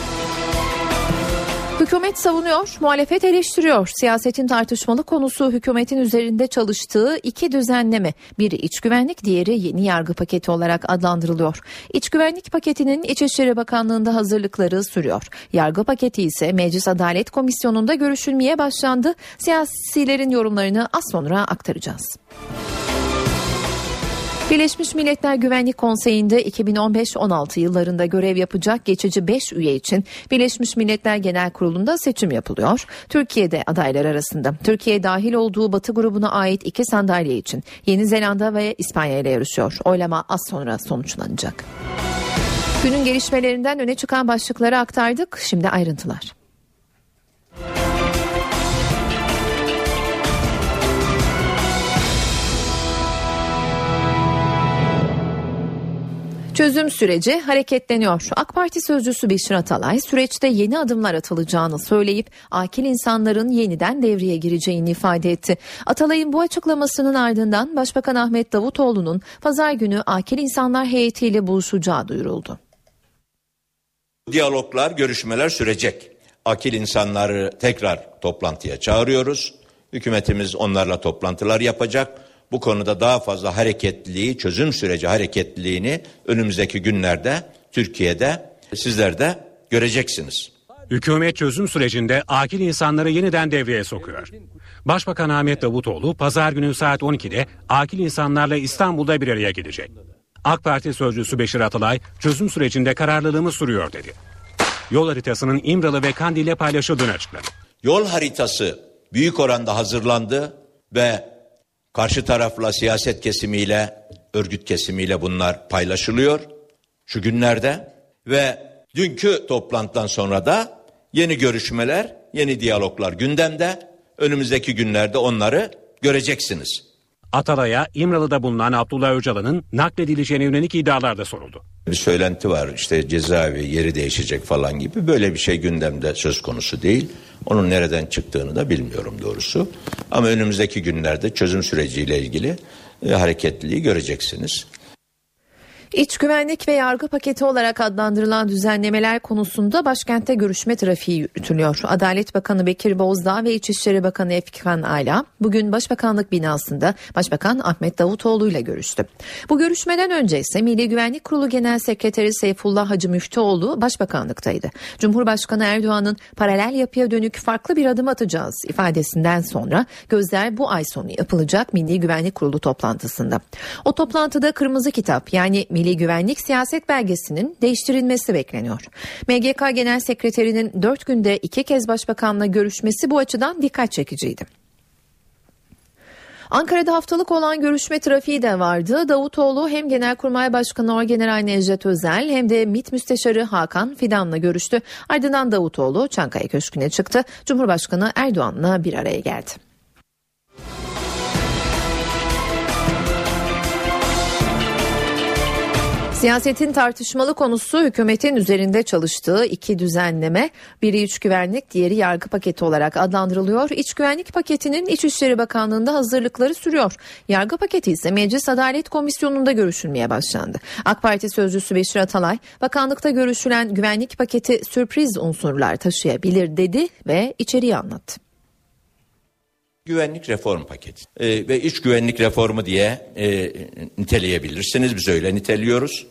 Speaker 2: Hükümet savunuyor, muhalefet eleştiriyor. Siyasetin tartışmalı konusu hükümetin üzerinde çalıştığı 2 düzenleme. Biri iç güvenlik, diğeri yeni yargı paketi olarak adlandırılıyor. İç güvenlik paketinin İçişleri Bakanlığı'nda hazırlıkları sürüyor. Yargı paketi ise Meclis Adalet Komisyonu'nda görüşülmeye başlandı. Siyasilerin yorumlarını az sonra aktaracağız. Birleşmiş Milletler Güvenlik Konseyi'nde 2015-16 yıllarında görev yapacak geçici 5 üye için Birleşmiş Milletler Genel Kurulu'nda seçim yapılıyor. Türkiye'de adaylar arasında. Türkiye dahil olduğu Batı grubuna ait 2 sandalye için Yeni Zelanda ve İspanya ile yarışıyor. Oylama az sonra sonuçlanacak. Günün gelişmelerinden öne çıkan başlıkları aktardık. Şimdi ayrıntılar. Çözüm süreci hareketleniyor. AK Parti sözcüsü Beşir Atalay süreçte yeni adımlar atılacağını söyleyip akil insanların yeniden devreye gireceğini ifade etti. Atalay'ın bu açıklamasının ardından Başbakan Ahmet Davutoğlu'nun pazar günü akil insanlar heyetiyle buluşacağı duyuruldu.
Speaker 3: Diyaloglar, görüşmeler sürecek. Akil insanları tekrar toplantıya çağırıyoruz. Hükümetimiz onlarla toplantılar yapacak. Bu konuda daha fazla hareketliliği, çözüm süreci hareketliliğini önümüzdeki günlerde Türkiye'de sizler de göreceksiniz.
Speaker 1: Hükümet çözüm sürecinde akil insanları yeniden devreye sokuyor. Başbakan Ahmet Davutoğlu pazar günü saat 12'de akil insanlarla İstanbul'da bir araya gelecek. AK Parti sözcüsü Beşir Atalay çözüm sürecinde kararlılığımız sürüyor dedi. Yol haritasının İmralı ve Kandil'le paylaşıldığını açıkladı.
Speaker 3: Yol haritası büyük oranda hazırlandı ve karşı tarafla, siyaset kesimiyle, örgüt kesimiyle bunlar paylaşılıyor şu günlerde ve dünkü toplantıdan sonra da yeni görüşmeler, yeni diyaloglar gündemde. Önümüzdeki günlerde onları göreceksiniz.
Speaker 1: Atalay'a İmralı'da bulunan Abdullah Öcalan'ın nakledileceğine yönelik iddialar da soruldu.
Speaker 3: Bir söylenti var, işte cezaevi yeri değişecek falan gibi, böyle bir şey gündemde söz konusu değil. Onun nereden çıktığını da bilmiyorum doğrusu. Ama önümüzdeki günlerde çözüm süreciyle ilgili hareketliliği göreceksiniz.
Speaker 2: İç güvenlik ve yargı paketi olarak adlandırılan düzenlemeler konusunda başkentte görüşme trafiği yürütülüyor. Adalet Bakanı Bekir Bozdağ ve İçişleri Bakanı Efkan Ala bugün Başbakanlık binasında Başbakan Ahmet Davutoğlu ile görüştü. Bu görüşmeden önce ise Milli Güvenlik Kurulu Genel Sekreteri Seyfullah Hacı Müftüoğlu Başbakanlıktaydı. Cumhurbaşkanı Erdoğan'ın paralel yapıya dönük farklı bir adım atacağız ifadesinden sonra gözler bu ay sonu yapılacak Milli Güvenlik Kurulu toplantısında. O toplantıda Kırmızı Kitap yani Milli Güvenlik Siyaset Belgesi'nin değiştirilmesi bekleniyor. MGK Genel Sekreterinin 4 günde 2 kez başbakanla görüşmesi bu açıdan dikkat çekiciydi. Ankara'da haftalık olan görüşme trafiği de vardı. Davutoğlu hem Genelkurmay Başkanı Orgeneral Necdet Özel hem de MİT Müsteşarı Hakan Fidan'la görüştü. Ardından Davutoğlu Çankaya Köşkü'ne çıktı. Cumhurbaşkanı Erdoğan'la bir araya geldi. Siyasetin tartışmalı konusu hükümetin üzerinde çalıştığı 2 düzenleme, biri iç güvenlik, diğeri yargı paketi olarak adlandırılıyor. İç güvenlik paketinin İçişleri Bakanlığı'nda hazırlıkları sürüyor. Yargı paketi ise Meclis Adalet Komisyonu'nda görüşülmeye başlandı. AK Parti sözcüsü Beşir Atalay, bakanlıkta görüşülen güvenlik paketi sürpriz unsurlar taşıyabilir dedi ve içeriği anlattı.
Speaker 3: Güvenlik reform paketi ve iç güvenlik reformu diye niteleyebilirsiniz. Biz öyle niteliyoruz.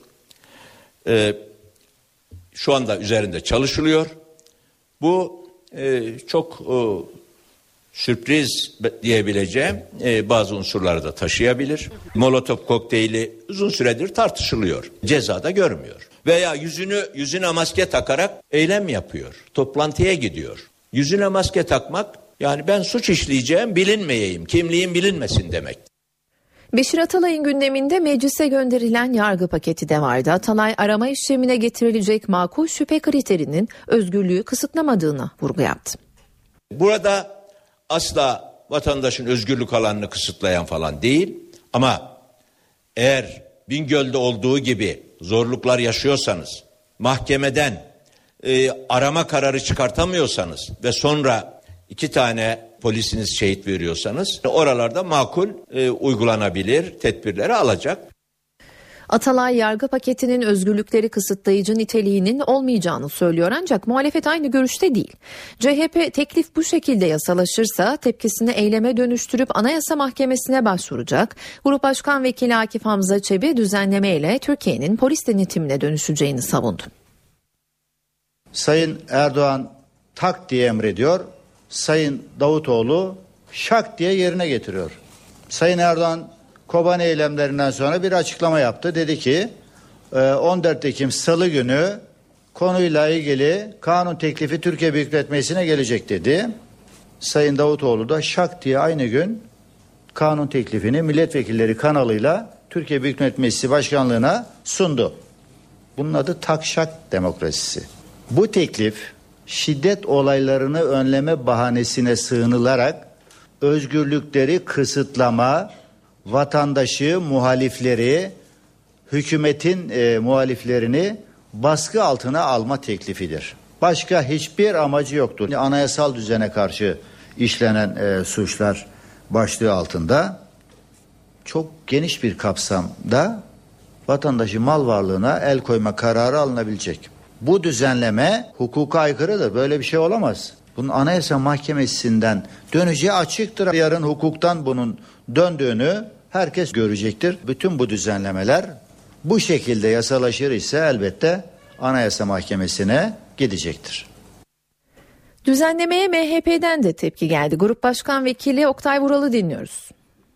Speaker 3: Şu anda üzerinde çalışılıyor. Bu çok sürpriz diyebileceğim bazı unsurları da taşıyabilir. Molotov kokteyli uzun süredir tartışılıyor. Cezada görmüyor. Veya yüzüne maske takarak eylem yapıyor. Toplantıya gidiyor. Yüzüne maske takmak, yani ben suç işleyeceğim, bilinmeyeyim, kimliğim bilinmesin demek.
Speaker 2: Beşir Atalay'ın gündeminde meclise gönderilen yargı paketi de vardı. Atalay arama işlemine getirilecek makul şüphe kriterinin özgürlüğü kısıtlamadığına vurgu yaptı.
Speaker 3: Burada asla vatandaşın özgürlük alanını kısıtlayan falan değil. Ama eğer Bingöl'de olduğu gibi zorluklar yaşıyorsanız, mahkemeden arama kararı çıkartamıyorsanız ve sonra 2 tane polisiniz şehit veriyorsanız oralarda makul uygulanabilir tedbirleri alacak.
Speaker 2: Atalay yargı paketinin özgürlükleri kısıtlayıcı niteliğinin olmayacağını söylüyor ancak muhalefet aynı görüşte değil. CHP teklif bu şekilde yasalaşırsa tepkisini eyleme dönüştürüp Anayasa Mahkemesi'ne başvuracak. Grup Başkan Vekili Akif Hamza Çebi düzenlemeyle Türkiye'nin polis denetimine dönüşeceğini savundu.
Speaker 5: Sayın Erdoğan tak diye emrediyor. Sayın Davutoğlu şak diye yerine getiriyor. Sayın Erdoğan Kobani eylemlerinden sonra bir açıklama yaptı. Dedi ki 14 Ekim Salı günü konuyla ilgili kanun teklifi Türkiye Büyük Millet Meclisi'ne gelecek dedi. Sayın Davutoğlu da şak diye aynı gün kanun teklifini milletvekilleri kanalıyla Türkiye Büyük Millet Meclisi Başkanlığı'na sundu. Bunun adı takşak demokrasisi. Bu teklif şiddet olaylarını önleme bahanesine sığınılarak özgürlükleri kısıtlama, vatandaşı, muhalifleri, hükümetin muhaliflerini baskı altına alma teklifidir. Başka hiçbir amacı yoktur. Anayasal düzene karşı işlenen suçlar başlığı altında çok geniş bir kapsamda vatandaşın mal varlığına el koyma kararı alınabilecek. Bu düzenleme hukuka aykırıdır. Böyle bir şey olamaz. Bunun Anayasa Mahkemesi'nden döneceği açıktır. Yarın hukuktan bunun döndüğünü herkes görecektir. Bütün bu düzenlemeler bu şekilde yasalaşır ise elbette Anayasa Mahkemesi'ne gidecektir.
Speaker 2: Düzenlemeye MHP'den de tepki geldi. Grup Başkan Vekili Oktay Vural'ı dinliyoruz.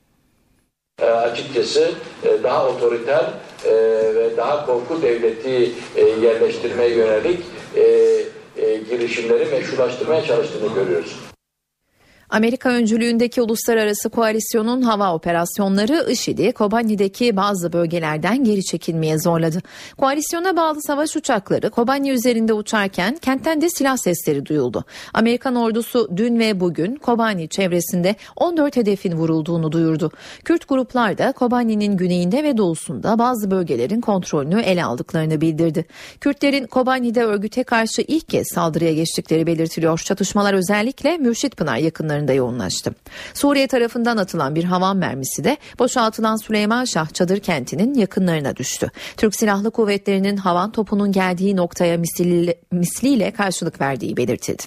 Speaker 6: Açıkçası daha otoriter ve daha korku devleti yerleştirmeye yönelik girişimleri meşrulaştırmaya çalıştığını görüyoruz.
Speaker 2: Amerika öncülüğündeki uluslararası koalisyonun hava operasyonları IŞİD'i Kobani'deki bazı bölgelerden geri çekilmeye zorladı. Koalisyona bağlı savaş uçakları Kobani üzerinde uçarken kentten de silah sesleri duyuldu. Amerikan ordusu dün ve bugün Kobani çevresinde 14 hedefin vurulduğunu duyurdu. Kürt gruplar da Kobani'nin güneyinde ve doğusunda bazı bölgelerin kontrolünü ele aldıklarını bildirdi. Kürtlerin Kobani'de örgüte karşı ilk kez saldırıya geçtikleri belirtiliyor. Çatışmalar özellikle Mürşitpınar yakınlarında yoğunlaştı. Suriye tarafından atılan bir havan mermisi de boşaltılan Süleyman Şah Çadır kentinin yakınlarına düştü. Türk Silahlı Kuvvetleri'nin havan topunun geldiği noktaya misliyle karşılık verdiği belirtildi.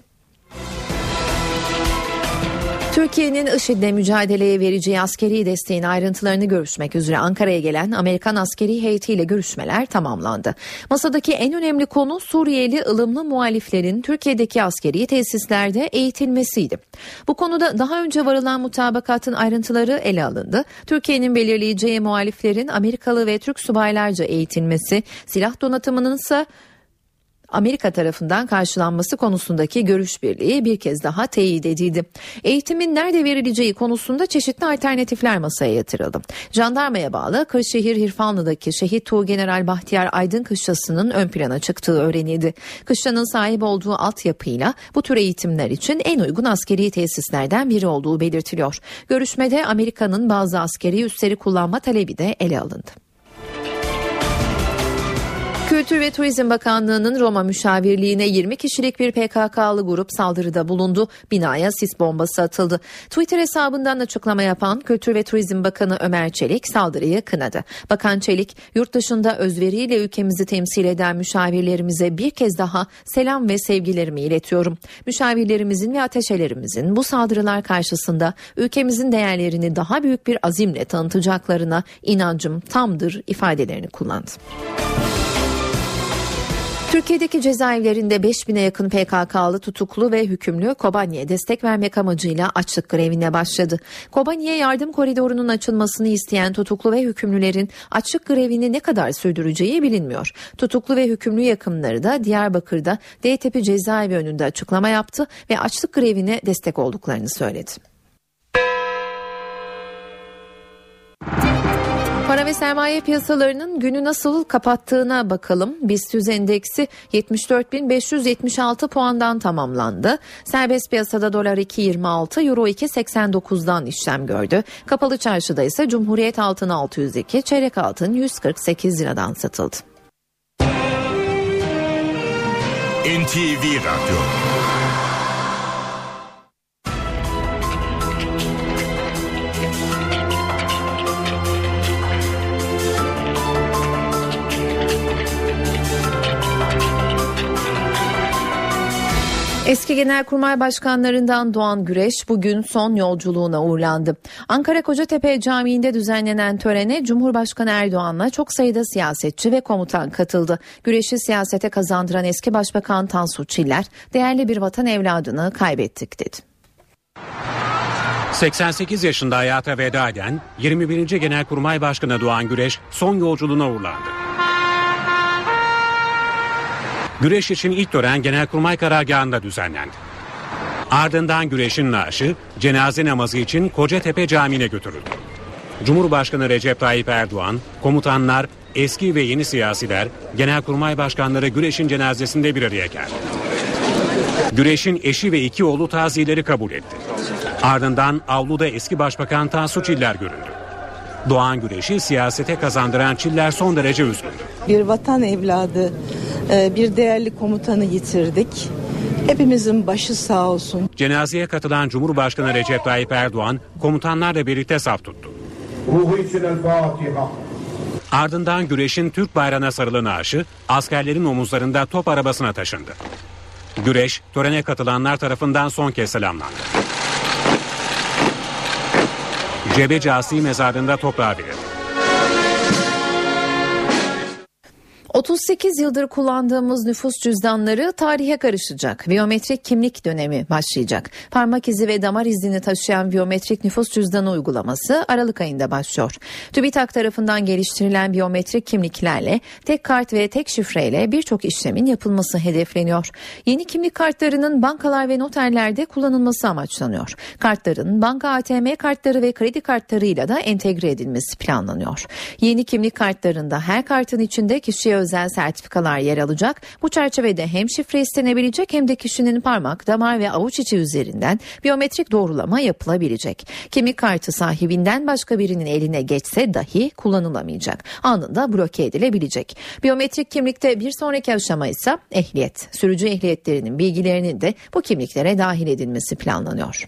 Speaker 2: Türkiye'nin IŞİD'le mücadeleye vereceği askeri desteğin ayrıntılarını görüşmek üzere Ankara'ya gelen Amerikan askeri heyetiyle görüşmeler tamamlandı. Masadaki en önemli konu Suriyeli ılımlı muhaliflerin Türkiye'deki askeri tesislerde eğitilmesiydi. Bu konuda daha önce varılan mutabakatın ayrıntıları ele alındı. Türkiye'nin belirleyeceği muhaliflerin Amerikalı ve Türk subaylarca eğitilmesi, silah donatımının ise Amerika tarafından karşılanması konusundaki görüş birliği bir kez daha teyit edildi. Eğitimin nerede verileceği konusunda çeşitli alternatifler masaya yatırıldı. Jandarmaya bağlı Kırşehir Hirfanlı'daki Şehit Tuğgeneral Bahtiyar Aydın Kışlası'nın ön plana çıktığı öğrenildi. Kışlanın sahip olduğu altyapıyla bu tür eğitimler için en uygun askeri tesislerden biri olduğu belirtiliyor. Görüşmede Amerika'nın bazı askeri üsleri kullanma talebi de ele alındı. Kültür ve Turizm Bakanlığı'nın Roma müşavirliğine 20 kişilik bir PKK'lı grup saldırıda bulundu. Binaya sis bombası atıldı. Twitter hesabından açıklama yapan Kültür ve Turizm Bakanı Ömer Çelik saldırıyı kınadı. Bakan Çelik, yurt dışında özveriyle ülkemizi temsil eden müşavirlerimize bir kez daha selam ve sevgilerimi iletiyorum. Müşavirlerimizin ve ateşelerimizin bu saldırılar karşısında ülkemizin değerlerini daha büyük bir azimle tanıtacaklarına inancım tamdır ifadelerini kullandı. Türkiye'deki cezaevlerinde 5000'e yakın PKK'lı tutuklu ve hükümlü Kobani'ye destek vermek amacıyla açlık grevine başladı. Kobani'ye yardım koridorunun açılmasını isteyen tutuklu ve hükümlülerin açlık grevini ne kadar sürdüreceği bilinmiyor. Tutuklu ve hükümlü yakınları da Diyarbakır'da D-Tepe cezaevi önünde açıklama yaptı ve açlık grevine destek olduklarını söyledi. Para ve sermaye piyasalarının günü nasıl kapattığına bakalım. BIST endeksi 74.576 puandan tamamlandı. Serbest piyasada dolar 2.26, euro 2.89'dan işlem gördü. Kapalı çarşıda ise Cumhuriyet altın 602, çeyrek altın 148 liradan satıldı.
Speaker 16: NTV Radyo.
Speaker 2: Eski Genelkurmay Başkanlarından Doğan Güreş bugün son yolculuğuna uğurlandı. Ankara Kocatepe Camii'nde düzenlenen törene Cumhurbaşkanı Erdoğan'la çok sayıda siyasetçi ve komutan katıldı. Güreş'i siyasete kazandıran eski Başbakan Tansu Çiller, değerli bir vatan evladını kaybettik dedi.
Speaker 1: 88 yaşında hayata veda eden 21. Genelkurmay Başkanı Doğan Güreş son yolculuğuna uğurlandı. Güreş için ilk tören Genelkurmay karargahında düzenlendi. Ardından Güreş'in naaşı cenaze namazı için Kocatepe Camii'ne götürüldü. Cumhurbaşkanı Recep Tayyip Erdoğan, komutanlar, eski ve yeni siyasiler, Genelkurmay Başkanları Güreş'in cenazesinde bir araya geldi. Güreş'in eşi ve 2 oğlu taziyeleri kabul etti. Ardından avluda eski Başbakan Tansu Çiller göründü. Doğan Güreş'i siyasete kazandıran Çiller son derece üzgündü.
Speaker 13: Bir vatan evladı, bir değerli komutanı yitirdik. Hepimizin başı sağ olsun.
Speaker 1: Cenazeye katılan Cumhurbaşkanı Recep Tayyip Erdoğan komutanlarla birlikte saf tuttu. Ardından Güreş'in Türk bayrağına sarılı naaşı askerlerin omuzlarında top arabasına taşındı. Güreş törene katılanlar tarafından son kez selamlandı. Cebeci Asi mezarında toprağa verildi.
Speaker 2: 38 yıldır kullandığımız nüfus cüzdanları tarihe karışacak. Biyometrik kimlik dönemi başlayacak. Parmak izi ve damar izini taşıyan biyometrik nüfus cüzdanı uygulaması Aralık ayında başlıyor. TÜBİTAK tarafından geliştirilen biyometrik kimliklerle tek kart ve tek şifreyle birçok işlemin yapılması hedefleniyor. Yeni kimlik kartlarının bankalar ve noterlerde kullanılması amaçlanıyor. Kartların banka ATM kartları ve kredi kartlarıyla da entegre edilmesi planlanıyor. Yeni kimlik kartlarında her kartın içinde kişiye özel sertifikalar yer alacak. Bu çerçevede hem şifre istenebilecek hem de kişinin parmak, damar ve avuç içi üzerinden biyometrik doğrulama yapılabilecek. Kimlik kartı sahibinden başka birinin eline geçse dahi kullanılamayacak. Anında bloke edilebilecek. Biyometrik kimlikte bir sonraki aşama ise ehliyet. Sürücü ehliyetlerinin bilgilerinin de bu kimliklere dahil edilmesi planlanıyor.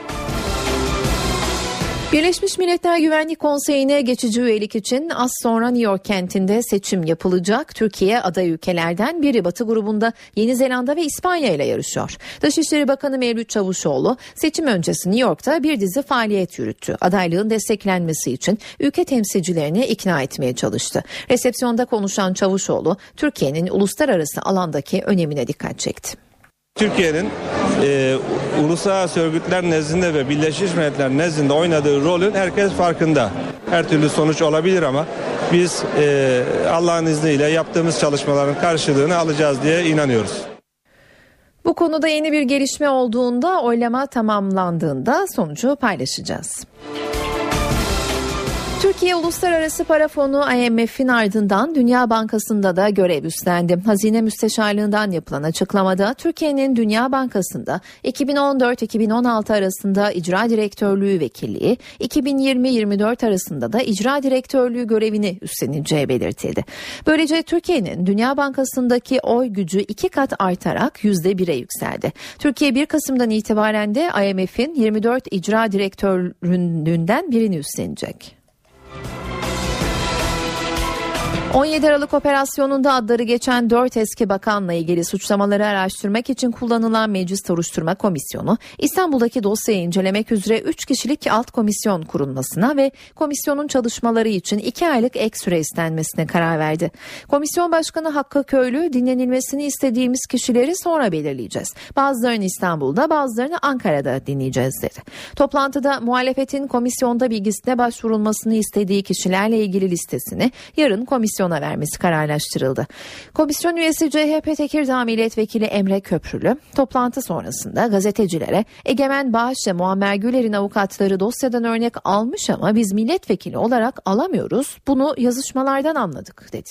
Speaker 2: Birleşmiş Milletler Güvenlik Konseyi'ne geçici üyelik için az sonra New York kentinde seçim yapılacak. Türkiye aday ülkelerden biri. Batı grubunda Yeni Zelanda ve İspanya ile yarışıyor. Dışişleri Bakanı Mevlüt Çavuşoğlu seçim öncesi New York'ta bir dizi faaliyet yürüttü. Adaylığın desteklenmesi için ülke temsilcilerini ikna etmeye çalıştı. Resepsiyonda konuşan Çavuşoğlu, Türkiye'nin uluslararası alandaki önemine dikkat çekti.
Speaker 21: Türkiye'nin uluslararası örgütler nezdinde ve Birleşmiş Milletler nezdinde oynadığı rolün herkes farkında. Her türlü sonuç olabilir ama biz Allah'ın izniyle yaptığımız çalışmaların karşılığını alacağız diye inanıyoruz.
Speaker 2: Bu konuda yeni bir gelişme olduğunda, oylama tamamlandığında sonucu paylaşacağız. Türkiye Uluslararası Para Fonu IMF'in ardından Dünya Bankası'nda da görev üstlendi. Hazine Müsteşarlığından yapılan açıklamada Türkiye'nin Dünya Bankası'nda 2014-2016 arasında icra direktörlüğü vekilliği, 2020-24 arasında da icra direktörlüğü görevini üstleneceği belirtildi. Böylece Türkiye'nin Dünya Bankası'ndaki oy gücü 2 kat artarak %1'e yükseldi. Türkiye 1 Kasım'dan itibaren de IMF'in 24 icra direktörlüğünden birini üstlenecek. 17 Aralık operasyonunda adları geçen 4 eski bakanla ilgili suçlamaları araştırmak için kullanılan Meclis Soruşturma Komisyonu, İstanbul'daki dosyayı incelemek üzere 3 kişilik alt komisyon kurulmasına ve komisyonun çalışmaları için 2 aylık ek süre istenmesine karar verdi. Komisyon Başkanı Hakkı Köylü, dinlenilmesini istediğimiz kişileri sonra belirleyeceğiz. Bazılarını İstanbul'da, bazılarını Ankara'da dinleyeceğiz dedi. Toplantıda muhalefetin komisyonda bilgisine başvurulmasını istediği kişilerle ilgili listesini yarın komisyona vermesi kararlaştırıldı. Komisyon üyesi CHP Tekirdağ Milletvekili Emre Köprülü, toplantı sonrasında gazetecilere Egemen Bağış ve Muammer Güler'in avukatları dosyadan örnek almış ama biz milletvekili olarak alamıyoruz, bunu yazışmalardan anladık dedi.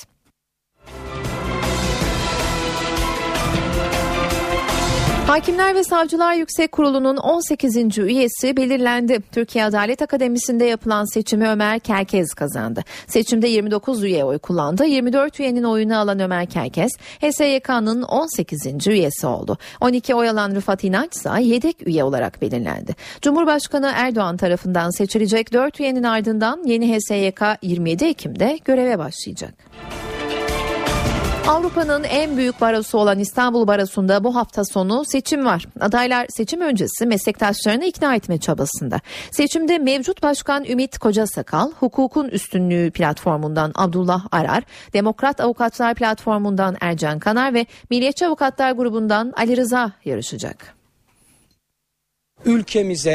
Speaker 2: Hakimler ve Savcılar Yüksek Kurulu'nun 18. üyesi belirlendi. Türkiye Adalet Akademisi'nde yapılan seçimi Ömer Kerkez kazandı. Seçimde 29 üye oy kullandı. 24 üyenin oyunu alan Ömer Kerkez, HSYK'nın 18. üyesi oldu. 12 oy alan Rıfat İnanç ise yedek üye olarak belirlendi. Cumhurbaşkanı Erdoğan tarafından seçilecek 4 üyenin ardından yeni HSYK 27 Ekim'de göreve başlayacak. Avrupa'nın en büyük barosu olan İstanbul Barosu'nda bu hafta sonu seçim var. Adaylar seçim öncesi meslektaşlarını ikna etme çabasında. Seçimde mevcut başkan Ümit Kocasakal, Hukukun Üstünlüğü platformundan Abdullah Arar, Demokrat Avukatlar platformundan Ercan Kanar ve Milliyetçi Avukatlar grubundan Ali Rıza yarışacak.
Speaker 22: Ülkemize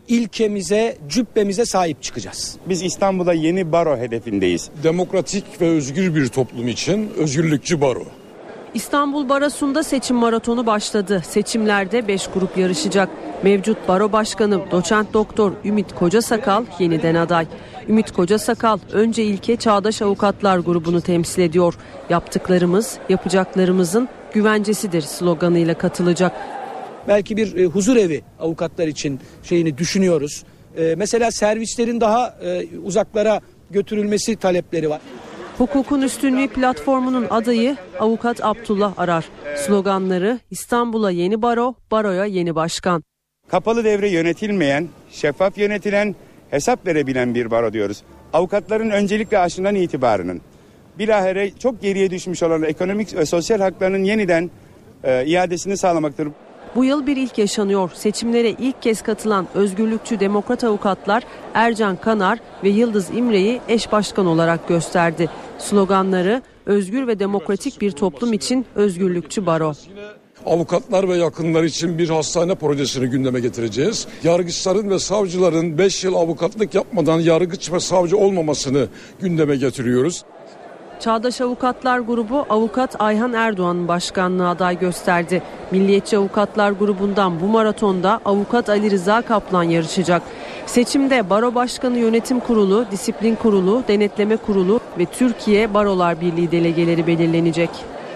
Speaker 4: ilkemize, cübbemize sahip çıkacağız.
Speaker 22: Biz İstanbul'da yeni baro hedefindeyiz.
Speaker 23: Demokratik ve özgür bir toplum için özgürlükçü baro.
Speaker 24: İstanbul Barosu'nda seçim maratonu başladı. Seçimlerde 5 grup yarışacak. Mevcut baro başkanı doçent doktor Ümit Kocasakal yeniden aday. Ümit Kocasakal önce ilke Çağdaş Avukatlar grubunu temsil ediyor. Yaptıklarımız yapacaklarımızın güvencesidir sloganıyla katılacak.
Speaker 4: Belki bir huzur evi avukatlar için düşünüyoruz. Mesela servislerin daha uzaklara götürülmesi talepleri var.
Speaker 24: Hukukun Üstünlüğü platformunun adayı avukat Abdullah Arar. Sloganları İstanbul'a yeni baro, baroya yeni başkan.
Speaker 22: Kapalı devre yönetilmeyen, şeffaf yönetilen, hesap verebilen bir baro diyoruz. Avukatların öncelikle aşından itibarının bilahare çok geriye düşmüş olan ekonomik ve sosyal haklarının yeniden iadesini sağlamaktır.
Speaker 24: Bu yıl bir ilk yaşanıyor. Seçimlere ilk kez katılan özgürlükçü demokrat avukatlar Ercan Kanar ve Yıldız İmre'yi eş başkan olarak gösterdi. Sloganları özgür ve demokratik bir toplum için özgürlükçü baro.
Speaker 23: Avukatlar ve yakınları için bir hastane projesini gündeme getireceğiz. Yargıçların ve savcıların 5 yıl avukatlık yapmadan yargıç ve savcı olmamasını gündeme getiriyoruz.
Speaker 24: Çağdaş Avukatlar grubu avukat Ayhan Erdoğan'ın başkanlığı aday gösterdi. Milliyetçi Avukatlar grubundan bu maratonda avukat Ali Rıza Kaplan yarışacak. Seçimde Baro Başkanı Yönetim Kurulu, Disiplin Kurulu, Denetleme Kurulu ve Türkiye Barolar Birliği delegeleri belirlenecek.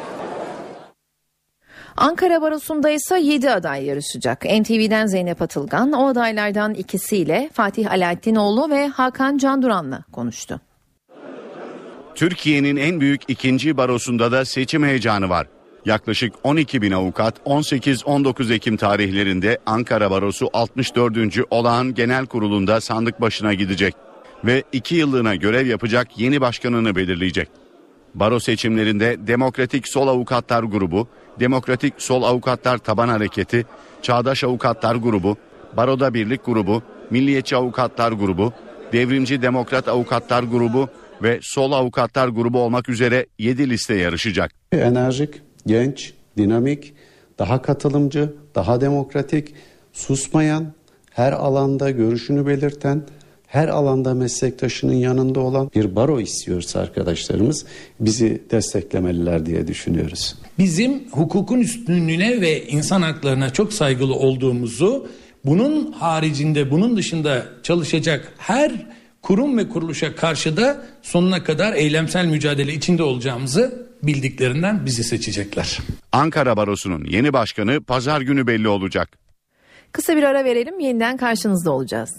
Speaker 2: Ankara Barosu'nda ise 7 aday yarışacak. NTV'den Zeynep Atılgan o adaylardan ikisiyle Fatih Alaaddinoğlu ve Hakan Canduran'la konuştu.
Speaker 8: Türkiye'nin en büyük ikinci barosunda da seçim heyecanı var. Yaklaşık 12 bin avukat 18-19 Ekim tarihlerinde Ankara Barosu 64. Olağan Genel Kurulu'nda sandık başına gidecek ve 2 yıllığına görev yapacak yeni başkanını belirleyecek. Baro seçimlerinde Demokratik Sol Avukatlar Grubu, Demokratik Sol Avukatlar Taban Hareketi, Çağdaş Avukatlar Grubu, Baroda Birlik Grubu, Milliyetçi Avukatlar Grubu, Devrimci Demokrat Avukatlar Grubu ve Sol Avukatlar Grubu olmak üzere 7 liste yarışacak.
Speaker 25: Enerjik, genç, dinamik, daha katılımcı, daha demokratik, susmayan, her alanda görüşünü belirten, her alanda meslektaşının yanında olan bir baro istiyoruz arkadaşlarımız. Bizi desteklemeliler diye düşünüyoruz.
Speaker 26: Bizim hukukun üstünlüğüne ve insan haklarına çok saygılı olduğumuzu, bunun haricinde, bunun dışında çalışacak her kurum ve kuruluşa karşı da sonuna kadar eylemsel mücadele içinde olacağımızı bildiklerinden bizi seçecekler.
Speaker 8: Ankara Barosu'nun yeni başkanı pazar günü belli olacak.
Speaker 2: Kısa bir ara verelim, yeniden karşınızda olacağız.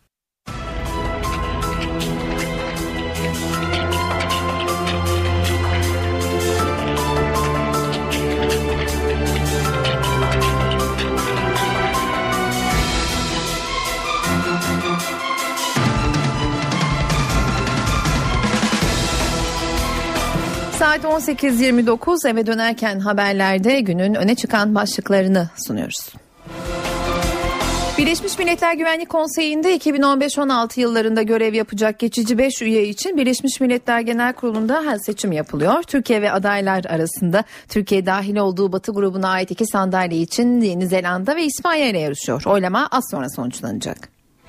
Speaker 2: Saat 18.29, eve dönerken haberlerde günün öne çıkan başlıklarını sunuyoruz. Birleşmiş Milletler Güvenlik Konseyi'nde 2015-16 yıllarında görev yapacak geçici 5 üye için Birleşmiş Milletler Genel Kurulu'nda seçim yapılıyor. Türkiye ve adaylar arasında Türkiye dahil olduğu Batı grubuna ait 2 sandalye için Yeni Zelanda ve İspanya ile yarışıyor. Oylama az sonra sonuçlanacak.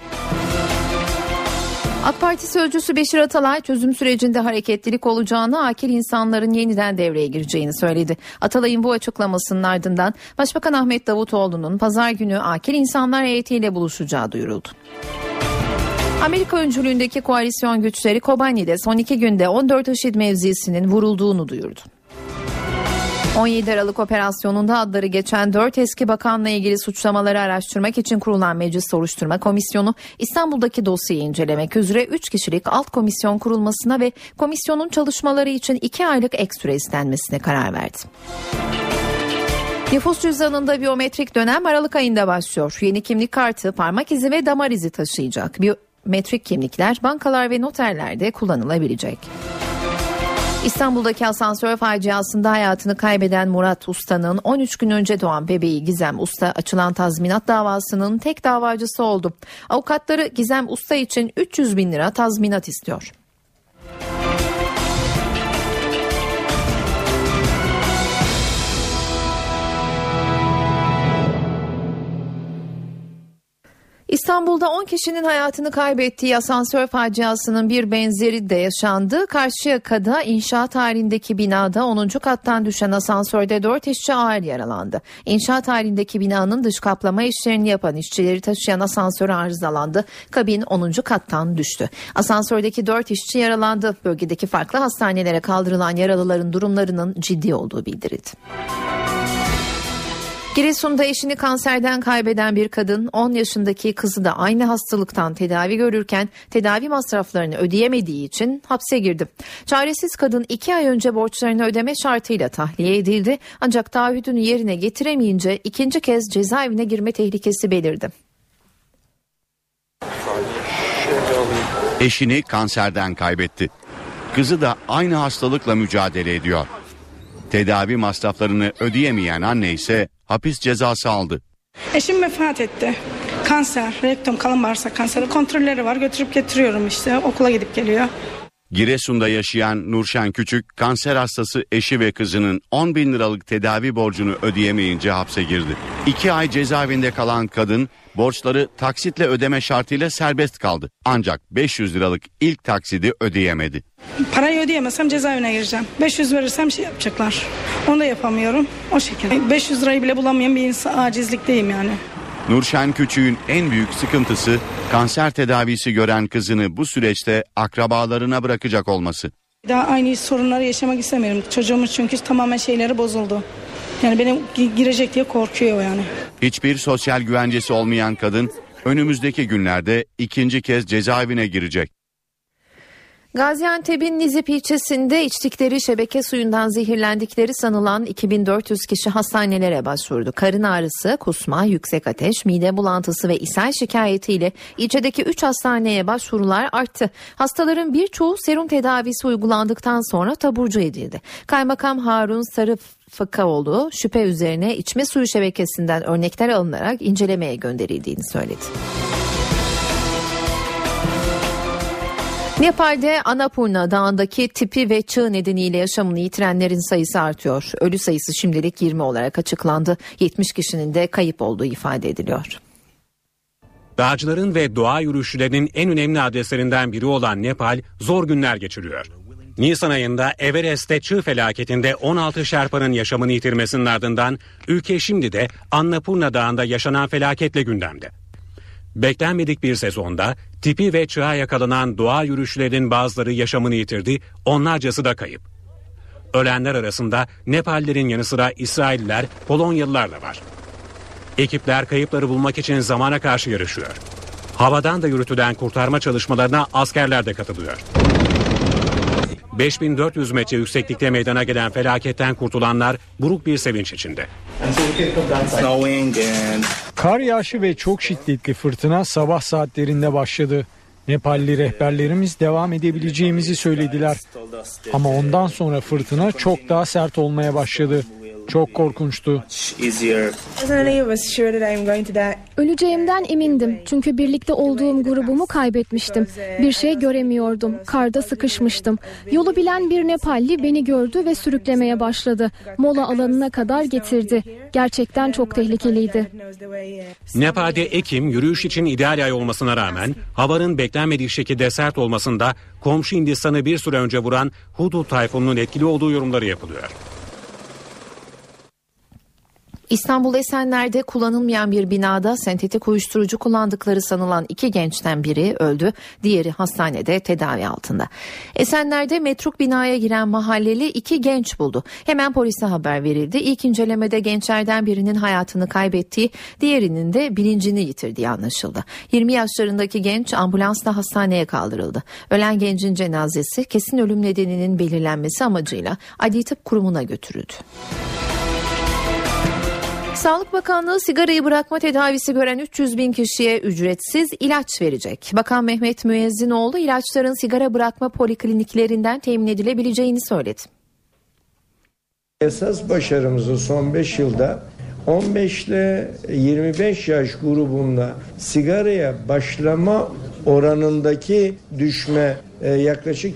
Speaker 2: AK Parti sözcüsü Beşir Atalay çözüm sürecinde hareketlilik olacağını, akil insanların yeniden devreye gireceğini söyledi. Atalay'ın bu açıklamasının ardından Başbakan Ahmet Davutoğlu'nun pazar günü akil insanlar heyetiyle buluşacağı duyuruldu. Amerika öncülüğündeki koalisyon güçleri Kobani'de son 2 günde 14 IŞİD mevzisinin vurulduğunu duyurdu. 17 Aralık operasyonunda adları geçen 4 eski bakanla ilgili suçlamaları araştırmak için kurulan Meclis Soruşturma Komisyonu İstanbul'daki dosyayı incelemek üzere 3 kişilik alt komisyon kurulmasına ve komisyonun çalışmaları için 2 aylık ek süre istenmesine karar verdi. Nüfus cüzdanında biyometrik dönem Aralık ayında başlıyor. Yeni kimlik kartı, parmak izi ve damar izi taşıyacak. Biyometrik kimlikler bankalar ve noterlerde kullanılabilecek. İstanbul'daki asansör faciasında hayatını kaybeden Murat Usta'nın 13 gün önce doğan bebeği Gizem Usta açılan tazminat davasının tek davacısı oldu. Avukatları Gizem Usta için 300 bin lira tazminat istiyor. İstanbul'da 10 kişinin hayatını kaybettiği asansör faciasının bir benzeri de yaşandı. Karşıyaka'da inşaat halindeki binada 10. kattan düşen asansörde 4 işçi ağır yaralandı. İnşaat halindeki binanın dış kaplama işlerini yapan işçileri taşıyan asansör arızalandı. Kabin 10. kattan düştü. Asansördeki 4 işçi yaralandı. Bölgedeki farklı hastanelere kaldırılan yaralıların durumlarının ciddi olduğu bildirildi. Giresun'da eşini kanserden kaybeden bir kadın 10 yaşındaki kızı da aynı hastalıktan tedavi görürken tedavi masraflarını ödeyemediği için hapse girdi. Çaresiz kadın 2 ay önce borçlarını ödeme şartıyla tahliye edildi ancak taahhüdünü yerine getiremeyince ikinci kez cezaevine girme tehlikesi belirdi.
Speaker 8: Eşini kanserden kaybetti. Kızı da aynı hastalıkla mücadele ediyor. Tedavi masraflarını ödeyemeyen anne ise hapis cezası aldı.
Speaker 7: Eşim vefat etti. Kanser, rektum, kalın bağırsak kanseri kontrolleri var. Götürüp getiriyorum işte. Okula gidip geliyor.
Speaker 8: Giresun'da yaşayan Nurşen Küçük, kanser hastası eşi ve kızının 10 bin liralık tedavi borcunu ödeyemeyince hapse girdi. 2 ay cezaevinde kalan kadın borçları taksitle ödeme şartıyla serbest kaldı. Ancak 500 liralık ilk taksidi ödeyemedi.
Speaker 7: Parayı ödeyemezsem cezaevine gireceğim. 500 verirsem şey yapacaklar. Onu da yapamıyorum. O şekilde. 500 lirayı bile bulamayan bir insan, acizlikteyim yani.
Speaker 8: Nurşen Küçük'ün en büyük sıkıntısı kanser tedavisi gören kızını bu süreçte akrabalarına bırakacak olması.
Speaker 7: Daha aynı sorunları yaşamak istemiyorum. Çocuğumuz çünkü tamamen şeyleri bozuldu. Yani benim girecek diye korkuyor yani.
Speaker 8: Hiçbir sosyal güvencesi olmayan kadın önümüzdeki günlerde ikinci kez cezaevine girecek.
Speaker 2: Gaziantep'in Nizip ilçesinde içtikleri şebeke suyundan zehirlendikleri sanılan 2400 kişi hastanelere başvurdu. Karın ağrısı, kusma, yüksek ateş, mide bulantısı ve ishal şikayetiyle ilçedeki 3 hastaneye başvurular arttı. Hastaların birçoğu serum tedavisi uygulandıktan sonra taburcu edildi. Kaymakam Harun Sarıfakaoğlu şüphe üzerine içme suyu şebekesinden örnekler alınarak incelemeye gönderildiğini söyledi. Nepal'de Annapurna Dağı'ndaki tipi ve çığ nedeniyle yaşamını yitirenlerin sayısı artıyor. Ölü sayısı şimdilik 20 olarak açıklandı. 70 kişinin de kayıp olduğu ifade ediliyor.
Speaker 1: Dağcıların ve doğa yürüyüşçülerinin en önemli adreslerinden biri olan Nepal zor günler geçiriyor. Nisan ayında Everest'te çığ felaketinde 16 Şerpa'nın yaşamını yitirmesinin ardından ülke şimdi de Annapurna Dağı'nda yaşanan felaketle gündemde. Beklenmedik bir sezonda tipi ve çığa yakalanan doğa yürüyüşçülerinin bazıları yaşamını yitirdi, onlarcası da kayıp. Ölenler arasında Nepallilerin yanı sıra İsrailliler, Polonyalılar da var. Ekipler kayıpları bulmak için zamana karşı yarışıyor. Havadan da yürütülen kurtarma çalışmalarına askerler de katılıyor. 5400 metre yükseklikte meydana gelen felaketten kurtulanlar buruk bir sevinç içinde.
Speaker 9: Kar yağışı ve çok şiddetli fırtına sabah saatlerinde başladı. Nepalli rehberlerimiz devam edebileceğimizi söylediler. Ama ondan sonra fırtına çok daha sert olmaya başladı. Çok korkunçtu.
Speaker 10: Öleceğimden emindim. Çünkü birlikte olduğum grubumu kaybetmiştim. Bir şey göremiyordum. Karda sıkışmıştım. Yolu bilen bir Nepalli beni gördü ve sürüklemeye başladı. Mola alanına kadar getirdi. Gerçekten çok tehlikeliydi.
Speaker 1: Nepal'de Ekim yürüyüş için ideal ay olmasına rağmen havanın beklenmedik şekilde sert olmasında komşu Hindistan'ı bir süre önce vuran Hudhud tayfununun etkili olduğu yorumları yapılıyor.
Speaker 2: İstanbul Esenler'de kullanılmayan bir binada sentetik uyuşturucu kullandıkları sanılan 2 gençten biri öldü, diğeri hastanede tedavi altında. Esenler'de metruk binaya giren mahalleli 2 genç buldu. Hemen polise haber verildi. İlk incelemede gençlerden birinin hayatını kaybettiği, diğerinin de bilincini yitirdiği anlaşıldı. 20 yaşlarındaki genç ambulansla hastaneye kaldırıldı. Ölen gencin cenazesi kesin ölüm nedeninin belirlenmesi amacıyla Adli Tıp Kurumu'na götürüldü. Sağlık Bakanlığı sigarayı bırakma tedavisi gören 300 bin kişiye ücretsiz ilaç verecek. Bakan Mehmet Müezzinoğlu ilaçların sigara bırakma polikliniklerinden temin edilebileceğini söyledi.
Speaker 11: Esas başarımızı son 5 yılda 15 ile 25 yaş grubunda sigaraya başlama oranındaki düşme yaklaşık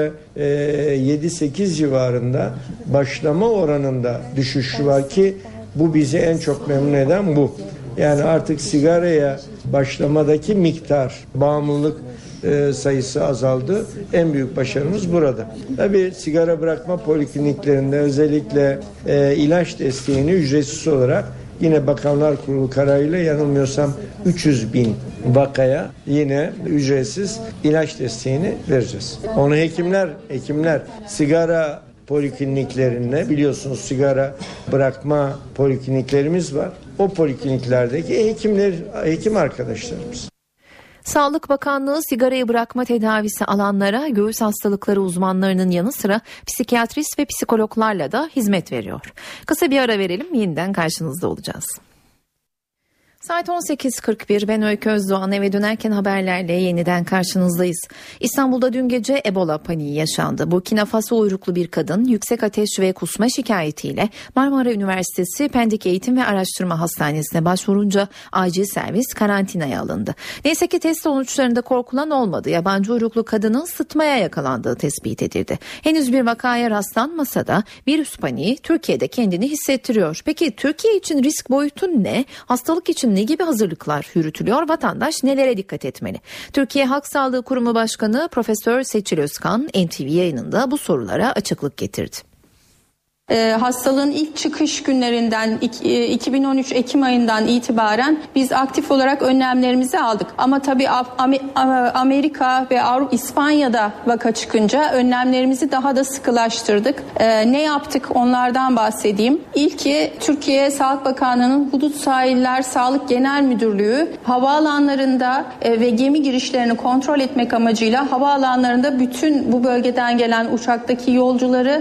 Speaker 11: %7-8 civarında başlama oranında düşüş var ki bu bizi en çok memnun eden bu. Yani artık sigaraya başlamadaki miktar, bağımlılık sayısı azaldı. En büyük başarımız burada. Tabii sigara bırakma polikliniklerinde özellikle ilaç desteğini ücretsiz olarak yine Bakanlar Kurulu kararıyla yanılmıyorsam 300.000 vakaya yine ücretsiz ilaç desteğini vereceğiz. Onu hekimler sigara polikliniklerinde, biliyorsunuz sigara bırakma polikliniklerimiz var. O polikliniklerdeki hekim arkadaşlarımız.
Speaker 2: Sağlık Bakanlığı sigarayı bırakma tedavisi alanlara göğüs hastalıkları uzmanlarının yanı sıra psikiyatrist ve psikologlarla da hizmet veriyor. Kısa bir ara verelim, yeniden karşınızda olacağız. Saat 18.41, ben Öykü Özdoğan. Eve dönerken haberlerle yeniden karşınızdayız. İstanbul'da dün gece Ebola paniği yaşandı. Burkina Faso uyruklu bir kadın yüksek ateş ve kusma şikayetiyle Marmara Üniversitesi Pendik Eğitim ve Araştırma Hastanesi'ne başvurunca acil servis karantinaya alındı. Neyse ki test sonuçlarında korkulan olmadı. Yabancı uyruklu kadının sıtmaya yakalandığı tespit edildi. Henüz bir vakaya rastlanmasa da virüs paniği Türkiye'de kendini hissettiriyor. Peki Türkiye için risk boyutu ne? Hastalık için ne gibi hazırlıklar yürütülüyor? Vatandaş nelere dikkat etmeli? Türkiye Halk Sağlığı Kurumu Başkanı Profesör Seçil Özkan NTV yayınında bu sorulara açıklık getirdi.
Speaker 12: Hastalığın ilk çıkış günlerinden 2013 Ekim ayından itibaren biz aktif olarak önlemlerimizi aldık. Ama tabii Amerika ve İspanya'da vaka çıkınca önlemlerimizi daha da sıkılaştırdık. Ne yaptık onlardan bahsedeyim. İlki Türkiye Sağlık Bakanlığı'nın Hudut Sahiller Sağlık Genel Müdürlüğü havaalanlarında ve gemi girişlerini kontrol etmek amacıyla havaalanlarında bütün bu bölgeden gelen uçaktaki yolcuları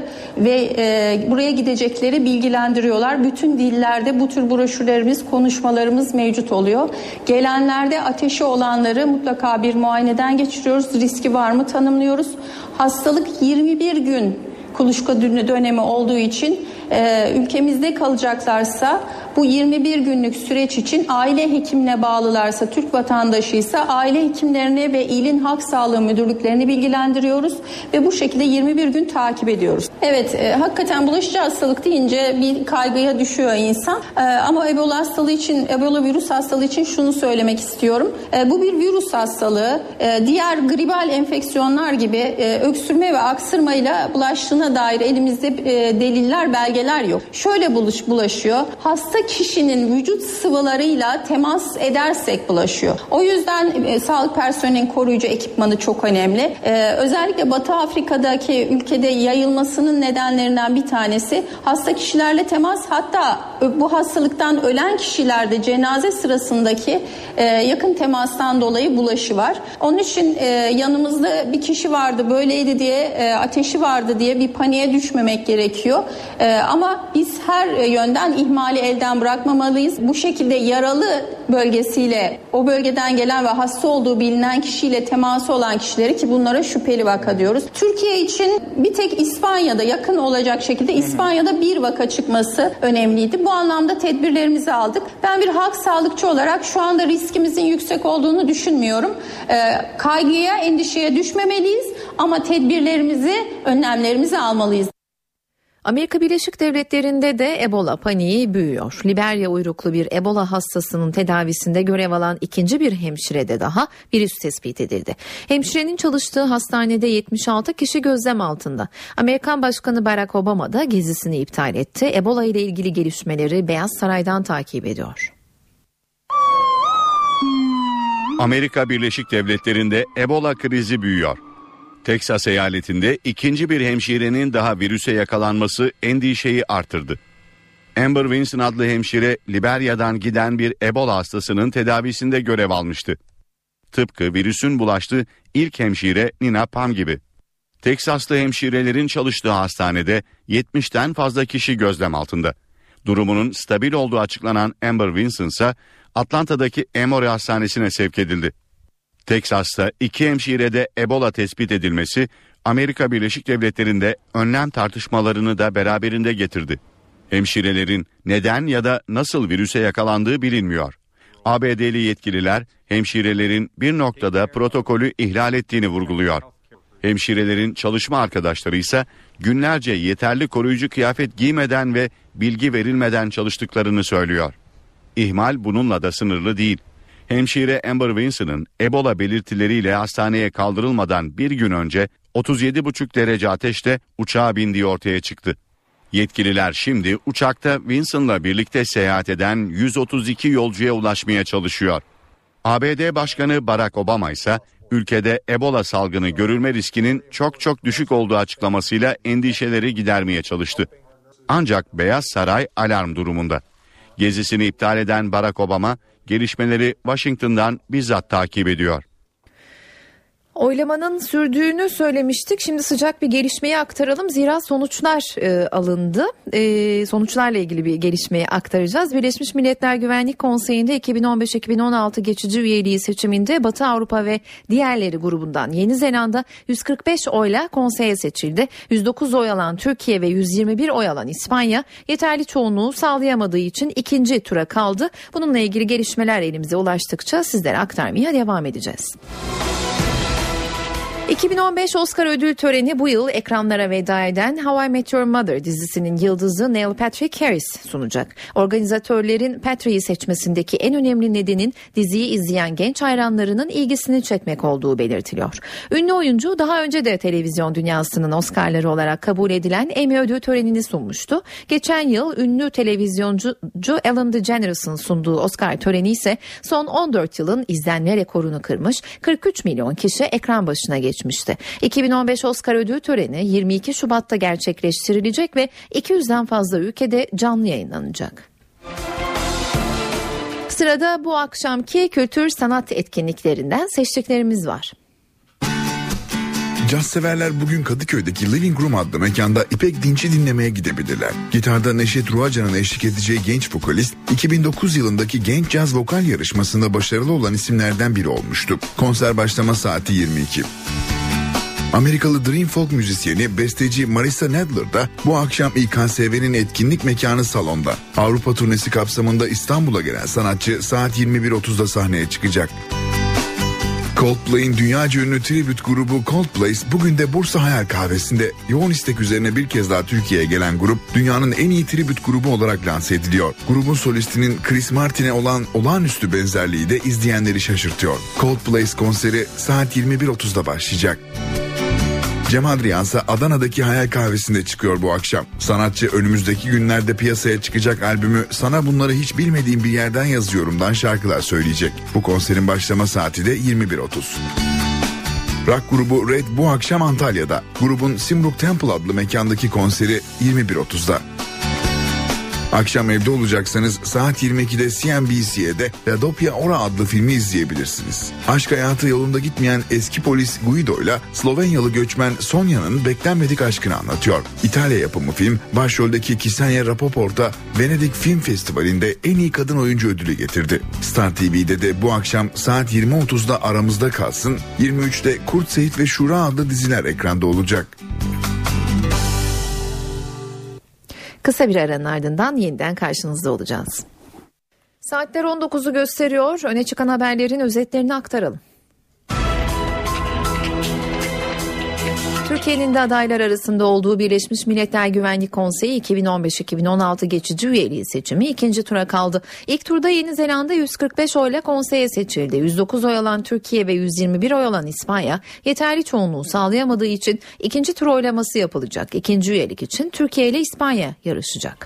Speaker 12: ve buraya gidecekleri bilgilendiriyorlar. Bütün dillerde bu tür broşürlerimiz, konuşmalarımız mevcut oluyor. Gelenlerde ateşi olanları mutlaka bir muayeneden geçiriyoruz. Riski var mı tanımlıyoruz. Hastalık 21 gün kuluçka dönemi olduğu için ülkemizde kalacaklarsa bu 21 günlük süreç için aile hekimine bağlılarsa, Türk vatandaşıysa aile hekimlerini ve ilin halk sağlığı müdürlüklerini bilgilendiriyoruz ve bu şekilde 21 gün takip ediyoruz. Evet, hakikaten bulaşıcı hastalık deyince bir kaygıya düşüyor insan. Ama Ebola virüs hastalığı için şunu söylemek istiyorum. Bu bir virüs hastalığı. Diğer gribal enfeksiyonlar gibi öksürme ve aksırmayla bulaştığına dair elimizde deliller, belgeler yok. Şöyle bulaşıyor. Hasta kişinin vücut sıvılarıyla temas edersek bulaşıyor. O yüzden sağlık personelinin koruyucu ekipmanı çok önemli. Özellikle Batı Afrika'daki ülkede yayılmasının nedenlerinden bir tanesi hasta kişilerle temas, hatta bu hastalıktan ölen kişilerde cenaze sırasındaki yakın temastan dolayı bulaşı var. Onun için yanımızda bir kişi vardı böyleydi diye, ateşi vardı diye bir paniğe düşmemek gerekiyor. Ama biz her yönden ihmali elden bırakmamalıyız. Bu şekilde yaralı bölgesiyle o bölgeden gelen ve hasta olduğu bilinen kişiyle teması olan kişileri, ki bunlara şüpheli vaka diyoruz. Türkiye için bir tek İspanya'da, yakın olacak şekilde İspanya'da bir vaka çıkması önemliydi. Bu anlamda tedbirlerimizi aldık. Ben bir halk sağlıkçı olarak şu anda riskimizin yüksek olduğunu düşünmüyorum. Kaygıya, endişeye düşmemeliyiz ama tedbirlerimizi, önlemlerimizi almalıyız.
Speaker 2: Amerika Birleşik Devletleri'nde de Ebola paniği büyüyor. Liberya uyruklu bir Ebola hastasının tedavisinde görev alan ikinci bir hemşirede daha virüs tespit edildi. Hemşirenin çalıştığı hastanede 76 kişi gözlem altında. Amerikan Başkanı Barack Obama da gezisini iptal etti. Ebola ile ilgili gelişmeleri Beyaz Saray'dan takip ediyor.
Speaker 8: Amerika Birleşik Devletleri'nde Ebola krizi büyüyor. Teksas eyaletinde ikinci bir hemşirenin daha virüse yakalanması endişeyi artırdı. Amber Vinson adlı hemşire Liberya'dan giden bir Ebola hastasının tedavisinde görev almıştı. Tıpkı virüsün bulaştığı ilk hemşire Nina Pam gibi. Teksaslı hemşirelerin çalıştığı hastanede 70'ten fazla kişi gözlem altında. Durumunun stabil olduğu açıklanan Amber Vinson ise Atlanta'daki Emory Hastanesi'ne sevk edildi. Teksas'ta iki hemşirede Ebola tespit edilmesi Amerika Birleşik Devletleri'nde önlem tartışmalarını da beraberinde getirdi. Hemşirelerin neden ya da nasıl virüse yakalandığı bilinmiyor. ABD'li yetkililer hemşirelerin bir noktada protokolü ihlal ettiğini vurguluyor. Hemşirelerin çalışma arkadaşları ise günlerce yeterli koruyucu kıyafet giymeden ve bilgi verilmeden çalıştıklarını söylüyor. İhmal bununla da sınırlı değil. Hemşire Amber Winson'ın Ebola belirtileriyle hastaneye kaldırılmadan bir gün önce 37,5 derece ateşte uçağa bindiği ortaya çıktı. Yetkililer şimdi uçakta Winson'la birlikte seyahat eden 132 yolcuya ulaşmaya çalışıyor. ABD Başkanı Barack Obama ise ülkede Ebola salgını görülme riskinin çok düşük olduğu açıklamasıyla endişeleri gidermeye çalıştı. Ancak Beyaz Saray alarm durumunda. Gezisini iptal eden Barack Obama gelişmeleri Washington'dan bizzat takip ediyor.
Speaker 2: Oylamanın sürdüğünü söylemiştik. Şimdi sıcak bir gelişmeyi aktaralım. Zira sonuçlar alındı. Sonuçlarla ilgili bir gelişmeyi aktaracağız. Birleşmiş Milletler Güvenlik Konseyi'nde 2015-2016 geçici üyeliği seçiminde Batı Avrupa ve diğerleri grubundan Yeni Zelanda 145 oyla konseye seçildi. 109 oy alan Türkiye ve 121 oy alan İspanya yeterli çoğunluğu sağlayamadığı için ikinci tura kaldı. Bununla ilgili gelişmeler elimize ulaştıkça sizlere aktarmaya devam edeceğiz. 2015 Oscar ödül töreni bu yıl ekranlara veda eden How I Met Your Mother dizisinin yıldızı Neil Patrick Harris sunacak. Organizatörlerin Patrick'i seçmesindeki en önemli nedenin diziyi izleyen genç hayranlarının ilgisini çekmek olduğu belirtiliyor. Ünlü oyuncu daha önce de televizyon dünyasının Oscar'ları olarak kabul edilen Emmy ödül törenini sunmuştu. Geçen yıl ünlü televizyoncu Ellen DeGeneres'ın sunduğu Oscar töreni ise son 14 yılın izlenme rekorunu kırmış, 43 milyon kişi ekran başına geçmişti. 2015 Oscar ödül töreni 22 Şubat'ta gerçekleştirilecek ve 200'den fazla ülkede canlı yayınlanacak. Sırada bu akşamki kültür sanat etkinliklerinden seçtiklerimiz var.
Speaker 14: Caz severler bugün Kadıköy'deki Living Room adlı mekanda İpek Dinç'i dinlemeye gidebilirler. Gitarda Neşet Ruacan'ın eşlik edeceği genç vokalist 2009 yılındaki Genç Caz Vokal yarışmasında başarılı olan isimlerden biri olmuştu. Konser başlama saati 22. Amerikalı Dream Folk müzisyeni, besteci Marissa Nadler da bu akşam İKSV'nin etkinlik mekanı salonda. Avrupa turnesi kapsamında İstanbul'a gelen sanatçı saat 21.30'da sahneye çıkacak. Coldplay'in dünyaca ünlü tribute grubu Coldplay bugün de Bursa Hayal Kahvesi'nde yoğun istek üzerine bir kez daha Türkiye'ye gelen grup dünyanın en iyi tribute grubu olarak lanse ediliyor. Grubun solistinin Chris Martin'e olan olağanüstü benzerliği de izleyenleri şaşırtıyor. Coldplay konseri saat 21.30'da başlayacak. Cem Adrian ise Adana'daki Hayal Kahvesi'nde çıkıyor bu akşam. Sanatçı önümüzdeki günlerde piyasaya çıkacak albümü Sana Bunları Hiç Bilmediğim Bir Yerden Yazıyorum'dan şarkılar söyleyecek. Bu konserin başlama saati de 21.30. Rock grubu Red bu akşam Antalya'da. Grubun Simruk Temple adlı mekandaki konseri 21.30'da. Akşam evde olacaksanız saat 22'de CNBC'de Radopia Ora adlı filmi izleyebilirsiniz. Aşk hayatı yolunda gitmeyen eski polis Guido ile Slovenyalı göçmen Sonya'nın beklenmedik aşkını anlatıyor. İtalya yapımı film başroldeki Ksenia Rapoport'a Venedik Film Festivali'nde en iyi kadın oyuncu ödülü getirdi. Star TV'de de bu akşam saat 20.30'da Aramızda Kalsın, 23'te Kurt Seyit ve Şura adlı diziler ekranda olacak.
Speaker 2: Kısa bir aranın ardından yeniden karşınızda olacağız. Saatler 19'u gösteriyor. Öne çıkan haberlerin özetlerini aktaralım. Türkiye'nin de adaylar arasında olduğu Birleşmiş Milletler Güvenlik Konseyi 2015-2016 geçici üyeliği seçimi ikinci tura kaldı. İlk turda Yeni Zelanda 145 oyla konseye seçildi. 109 oy alan Türkiye ve 121 oy alan İspanya yeterli çoğunluğu sağlayamadığı için ikinci tur oylaması yapılacak. İkinci üyelik için Türkiye ile İspanya yarışacak.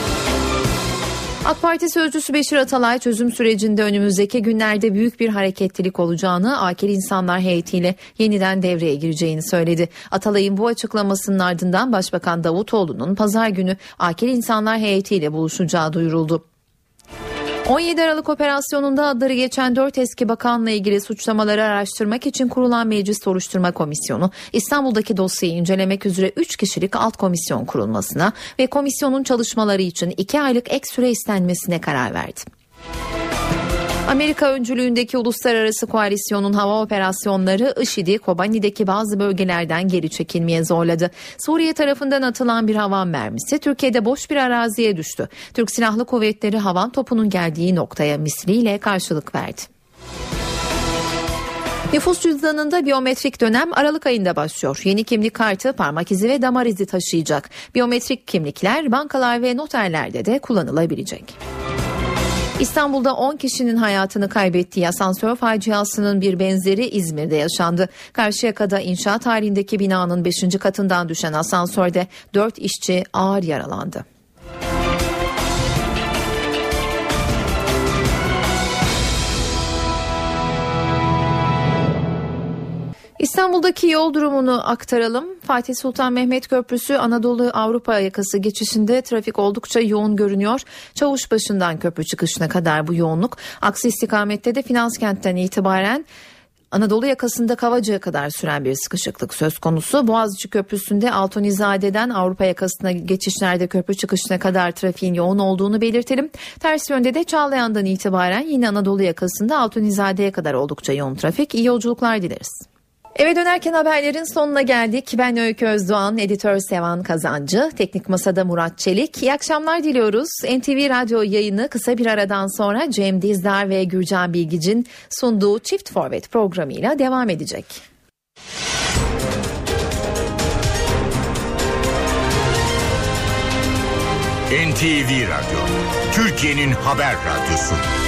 Speaker 2: AK Parti sözcüsü Beşir Atalay çözüm sürecinde önümüzdeki günlerde büyük bir hareketlilik olacağını, akil insanlar heyetiyle yeniden devreye gireceğini söyledi. Atalay'ın bu açıklamasının ardından Başbakan Davutoğlu'nun pazar günü akil insanlar heyetiyle buluşacağı duyuruldu. 17 Aralık operasyonunda adları geçen 4 eski bakanla ilgili suçlamaları araştırmak için kurulan Meclis Soruşturma Komisyonu, İstanbul'daki dosyayı incelemek üzere 3 kişilik alt komisyon kurulmasına ve komisyonun çalışmaları için 2 aylık ek süre istenmesine karar verdi. Amerika öncülüğündeki uluslararası koalisyonun hava operasyonları IŞİD'i Kobani'deki bazı bölgelerden geri çekilmeye zorladı. Suriye tarafından atılan bir havan mermisi Türkiye'de boş bir araziye düştü. Türk Silahlı Kuvvetleri havan topunun geldiği noktaya misliyle karşılık verdi. Nüfus cüzdanında biyometrik dönem Aralık ayında başlıyor. Yeni kimlik kartı, parmak izi ve damar izi taşıyacak. Biyometrik kimlikler bankalar ve noterlerde de kullanılabilecek. İstanbul'da 10 kişinin hayatını kaybettiği asansör faciasının bir benzeri İzmir'de yaşandı. Karşıyaka'da inşaat halindeki binanın 5. katından düşen asansörde 4 işçi ağır yaralandı. İstanbul'daki yol durumunu aktaralım. Fatih Sultan Mehmet Köprüsü Anadolu Avrupa yakası geçişinde trafik oldukça yoğun görünüyor. Çavuşbaşı'ndan köprü çıkışına kadar bu yoğunluk. Aksi istikamette de Finanskent'ten itibaren Anadolu yakasında Kavacık'a kadar süren bir sıkışıklık söz konusu. Boğaziçi Köprüsü'nde Altunizade'den Avrupa yakasına geçişlerde köprü çıkışına kadar trafiğin yoğun olduğunu belirtelim. Ters yönde de Çağlayan'dan itibaren yine Anadolu yakasında Altunizade'ye kadar oldukça yoğun trafik. İyi yolculuklar dileriz. Eve dönerken haberlerin sonuna geldik. Ben Öykü Özdoğan, editör Sevan Kazancı, teknik masada Murat Çelik. İyi akşamlar diliyoruz. NTV Radyo yayını kısa bir aradan sonra Cem Dizdar ve Gürcan Bilgic'in sunduğu Çift Forvet programıyla devam edecek.
Speaker 16: NTV Radyo, Türkiye'nin haber radyosu.